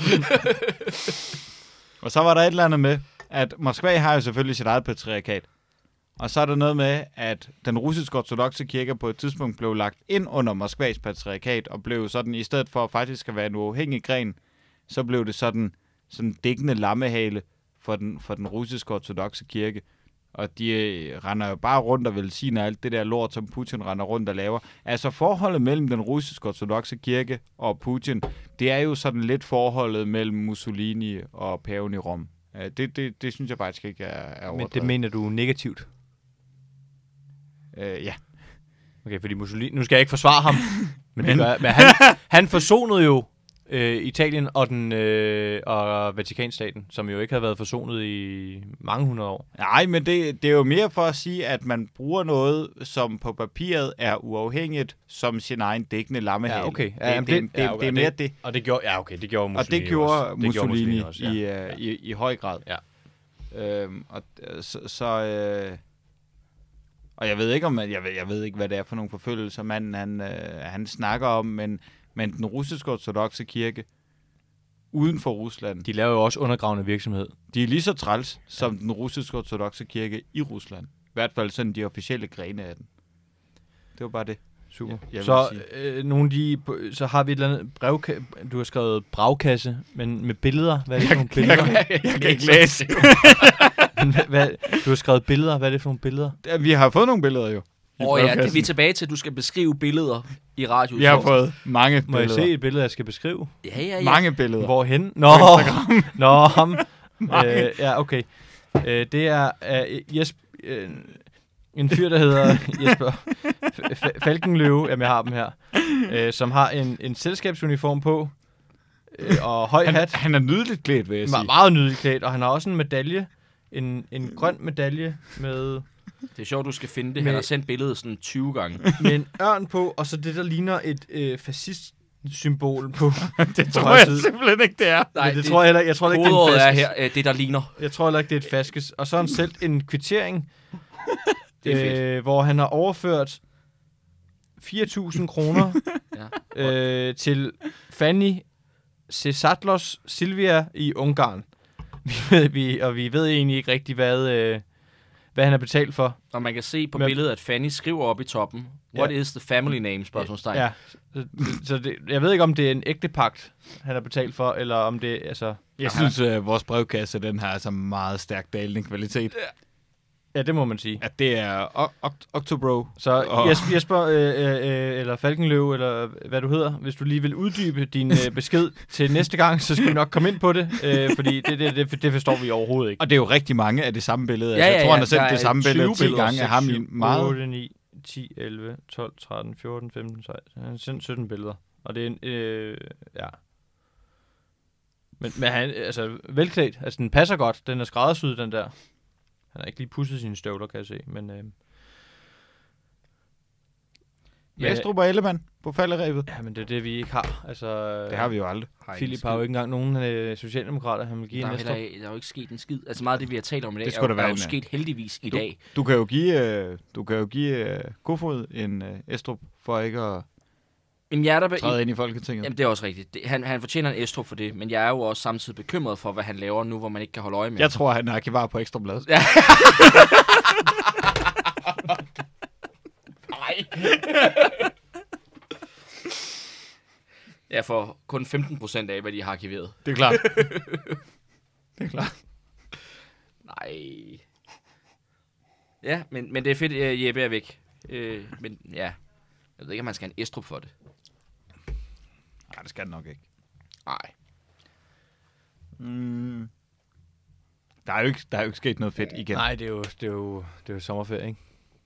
Og så var der et eller andet med, at Moskva har jo selvfølgelig sit eget patriarkat. Og så er der noget med, at den russiske ortodoxe kirke på et tidspunkt blev lagt ind under Moskvas patriarkat, og blev sådan, i stedet for faktisk at være en uafhængig gren, så blev det sådan sådan dækkende lammehale for den, for den russiske ortodoxe kirke. Og de øh, render jo bare rundt og velsigner alt det der lort, som Putin render rundt og laver. Altså forholdet mellem den russiske ortodoxe kirke og Putin, det er jo sådan lidt forholdet mellem Mussolini og paven i Rom. Uh, det, det, det synes jeg faktisk ikke er, er Men overdrevet. det mener du negativt? Uh, ja. Okay, fordi Mussolini... Nu skal jeg ikke forsvare ham, men, Men- det gør, men han, han forsonede jo øh, Italien og, den, øh, og Vatikanstaten, som jo ikke havde været forsonet i mange hundrede år. Nej, men det, det er jo mere for at sige, at man bruger noget, som på papiret er uafhængigt, som sin egen dækkende lammehale. Ja, okay. Det, Ja, jamen, det, det- det, ja, det er mere det. Og det gjorde... Ja, okay, det gjorde Mussolini Og det gjorde også. Det Mussolini, Mussolini også, ja. i, uh, i, i høj grad. Ja. Øhm, og øh, så... så øh, og jeg ved ikke, om jeg ved, jeg ved ikke, hvad det er for nogle forfølgelser, manden han, øh, han snakker om, men, men den russiske ortodoxe kirke uden for Rusland, de, De laver jo også undergravende virksomhed. de er lige så træls som den russiske ortodoxe kirke i Rusland. I hvert fald sådan de officielle grene af den. Det var bare det. Super. Jeg- jeg vil så, sige. øh, nogle af de, så har vi et eller andet brev, du har skrevet bragkasse, men med billeder. Hvad er det for nogle billeder? Jeg kan ikke læse. hvad, hvad, du har skrevet billeder. Hvad er det for nogle billeder? Ja, vi har fået nogle billeder jo. i Åh oh, ja, det, brevkassen. vi er tilbage til, at du skal beskrive billeder i radio. Vi har fået mange Må jeg billeder. se et billede, jeg skal beskrive? Ja, ja, ja. Mange billeder. Hvorhen? Nå, På Instagram. nå ham. øh, ja, okay. Øh, det er uh, Jesper, uh, en fyr, der hedder Jesper F- Falkenløve, jamen jeg har dem her, uh, som har en, en selskabsuniform på, uh, og høj Han, hat. han er nydeligt klædt, vil jeg sige. Me- meget nydeligt klædt, og han har også en medalje, en, en grøn medalje med, Det er sjovt, du skal finde det. Men- Han har sendt billedet sådan tyve gange. med en ørn på, og så det, der ligner et øh, fascist-symbol på. Det på tror højre jeg side. simpelthen ikke, det er. Nej, det, det tror jeg heller ikke. Jeg tror heller ikke, det er en Kodeordet er faskes. her, øh, det der ligner. Jeg tror heller ikke, det er et faskes. Og så har han selv en kvittering, Det er fedt. øh, hvor han har overført fire tusind kroner Ja. øh, til Fanny Cesatlos Silvia i Ungarn. Vi ved, vi, og vi ved egentlig ikke rigtig, hvad, øh, hvad han har betalt for. Og man kan se på Men- billedet, at Fanny skriver op i toppen, what is the family name, spørgsmålstegn. Ja, så, så det, jeg ved ikke, om det er en ægte pagt, han har betalt for, eller om det altså... Jeg synes, at vores brevkasse, den har altså meget stærk dalende kvalitet. Ja, det må man sige. At det er o- Oct- Octobro. Så Og- Jesper, Jesper øh, øh, øh, eller Falkenløv, eller hvad du hedder, hvis du lige vil uddybe din øh, besked til næste gang, så skal vi nok komme ind på det, øh, fordi det, det, det, det forstår vi overhovedet ikke. Og det er jo rigtig mange af det samme billede. Ja, altså, jeg ja, tror, han ja, har sendt der det er samme billede tyve ti billeder, gange af ham i meget... otte, ni, ti, elleve, tolv, tretten, fjorten, femten, seksten. Han har sendt sytten billeder. Og det er en, øh, ja. Men, men han, altså, velklædt. Altså, den passer godt. Den er skræddersyet, den der. Han har ikke lige pudset sine støvler, kan jeg se. Men, øh, Ja, Estrup og Ellemann på falderæbet. ja, men det er det, vi ikke har. Altså, Det har vi jo aldrig. Philip har jo ikke engang nogen øh, socialdemokrater, han vil give Der er, en jo næste. heller, der er jo ikke sket en skid. Altså meget af det, vi har talt om i dag, Det er, skulle jo, da er være jo en, sket heldigvis i dag. Du kan jo give, øh, du kan jo give øh, Kofod en øh, Estrup for ikke at Men jeg er der, træde ind i Folketinget. jamen, det er også rigtigt. Det, han, han fortjener en Estrup for det, men jeg er jo også samtidig bekymret for, hvad han laver nu, hvor man ikke kan holde øje med. Jeg tror, han er arkivar på Ekstrabladet. Ja. Nej. Jeg får kun femten procent af, hvad de har arkiveret. Det er klart. Det er klart. Nej. Ja, men, men det er fedt, at Jeppe er væk. Øh, men ja, jeg ved ikke, om man skal have en Estrup for det. Nej, det skal det nok ikke. Nej. Mm. Der er jo ikke, der er jo ikke sket noget fedt igen. Nej, det er jo, det er jo, det er jo sommerferie, ikke?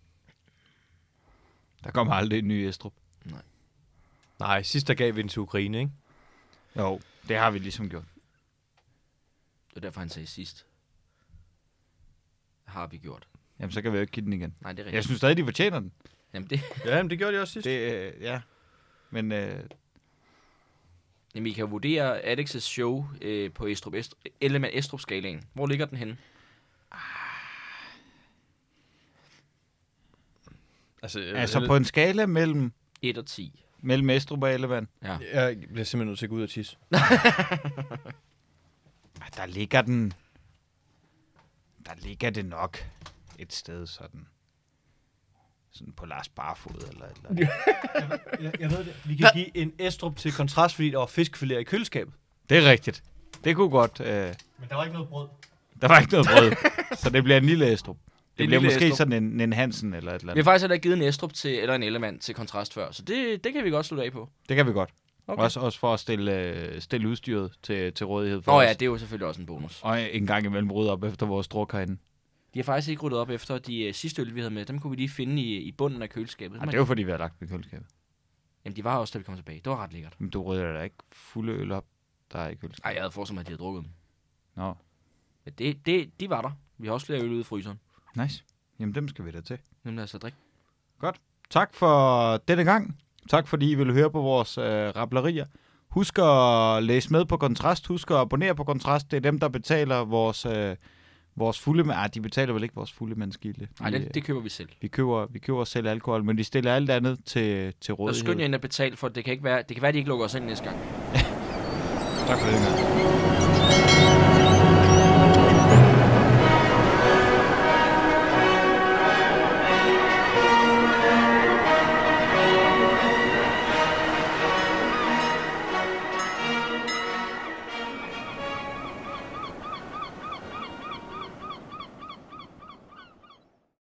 Der kommer aldrig en ny Estrup. Nej, sidst der gav vi den til Ukraine, ikke? Jo, det har vi ligesom gjort. Det er derfor, han sagde sidst. Har vi gjort. Jamen, så kan vi jo ikke give den igen. Nej, det er rigtigt. Jeg synes stadig, de fortjener den. Jamen, det, Ja, men det gjorde de også sidst. Det, øh, ja. Men øh, jamen, I kan vurdere Alex's show øh, på Estrup, Estrup, Ellemann Estrup-skalaen. Hvor ligger den henne? Altså, altså på en skala mellem, et og ti. mellem Estrup og Ellemann, Ja. Jeg bliver simpelthen nødt til at gå ud og tisse. der ligger den... Der ligger det nok et sted sådan... Sådan på Lars Barfod eller et eller andet. jeg, jeg ved det. Vi kan give en Estrup til kontrast, fordi der var fiskfilet i køleskabet. Det er rigtigt. Det kunne godt... Øh, Men der var ikke noget brød. der var ikke noget brød. Så det bliver en lille Estrup. Det En bliver lille måske Estrup. sådan en, en Hansen eller et eller Vi har andet. faktisk heller ikke givet en Estrup til, eller en Ellemann til kontrast før, så det, det kan vi godt slutte af på. Det kan vi godt. Okay. Også, også for at stille, øh, stille udstyret til, til rådighed for Nå os. ja, det er jo selvfølgelig også en bonus. Og en gang imellem rydde op efter vores druk herinde. De har faktisk ikke ryddet op efter de uh, sidste øl, vi havde med. Dem kunne vi lige finde i, i bunden af køleskabet. Ja, det er jo fordi, vi har lagt dem i køleskabet. Jamen, de var også, da vi kom tilbage. Det var ret lækkert. Men du rydder da ikke fulde øl op, der er i køleskabet. Nej, jeg havde forestillet mig, at de havde drukket dem. Nå, Men det, det, de var der. Vi har også flere øl ude i fryseren. nice. Jamen, dem skal vi da til. Nemlig altså drik. Tak for denne gang. Tak fordi I ville høre på vores øh, rablerier. Husk at læse med på Kontrast. Husk at abonnere på Kontrast. Det er dem, der betaler vores, øh, vores fulde... Ah, de betaler vel ikke vores fulde mandskilde. Nej, Vi, det, det køber vi selv. vi, køber, vi køber selv alkohol, men de stiller alt andet til, til Og rådighed. skynd jer ind og betal, for det kan, ikke være, det kan være, at de ikke lukker os ind næste gang. Tak for det.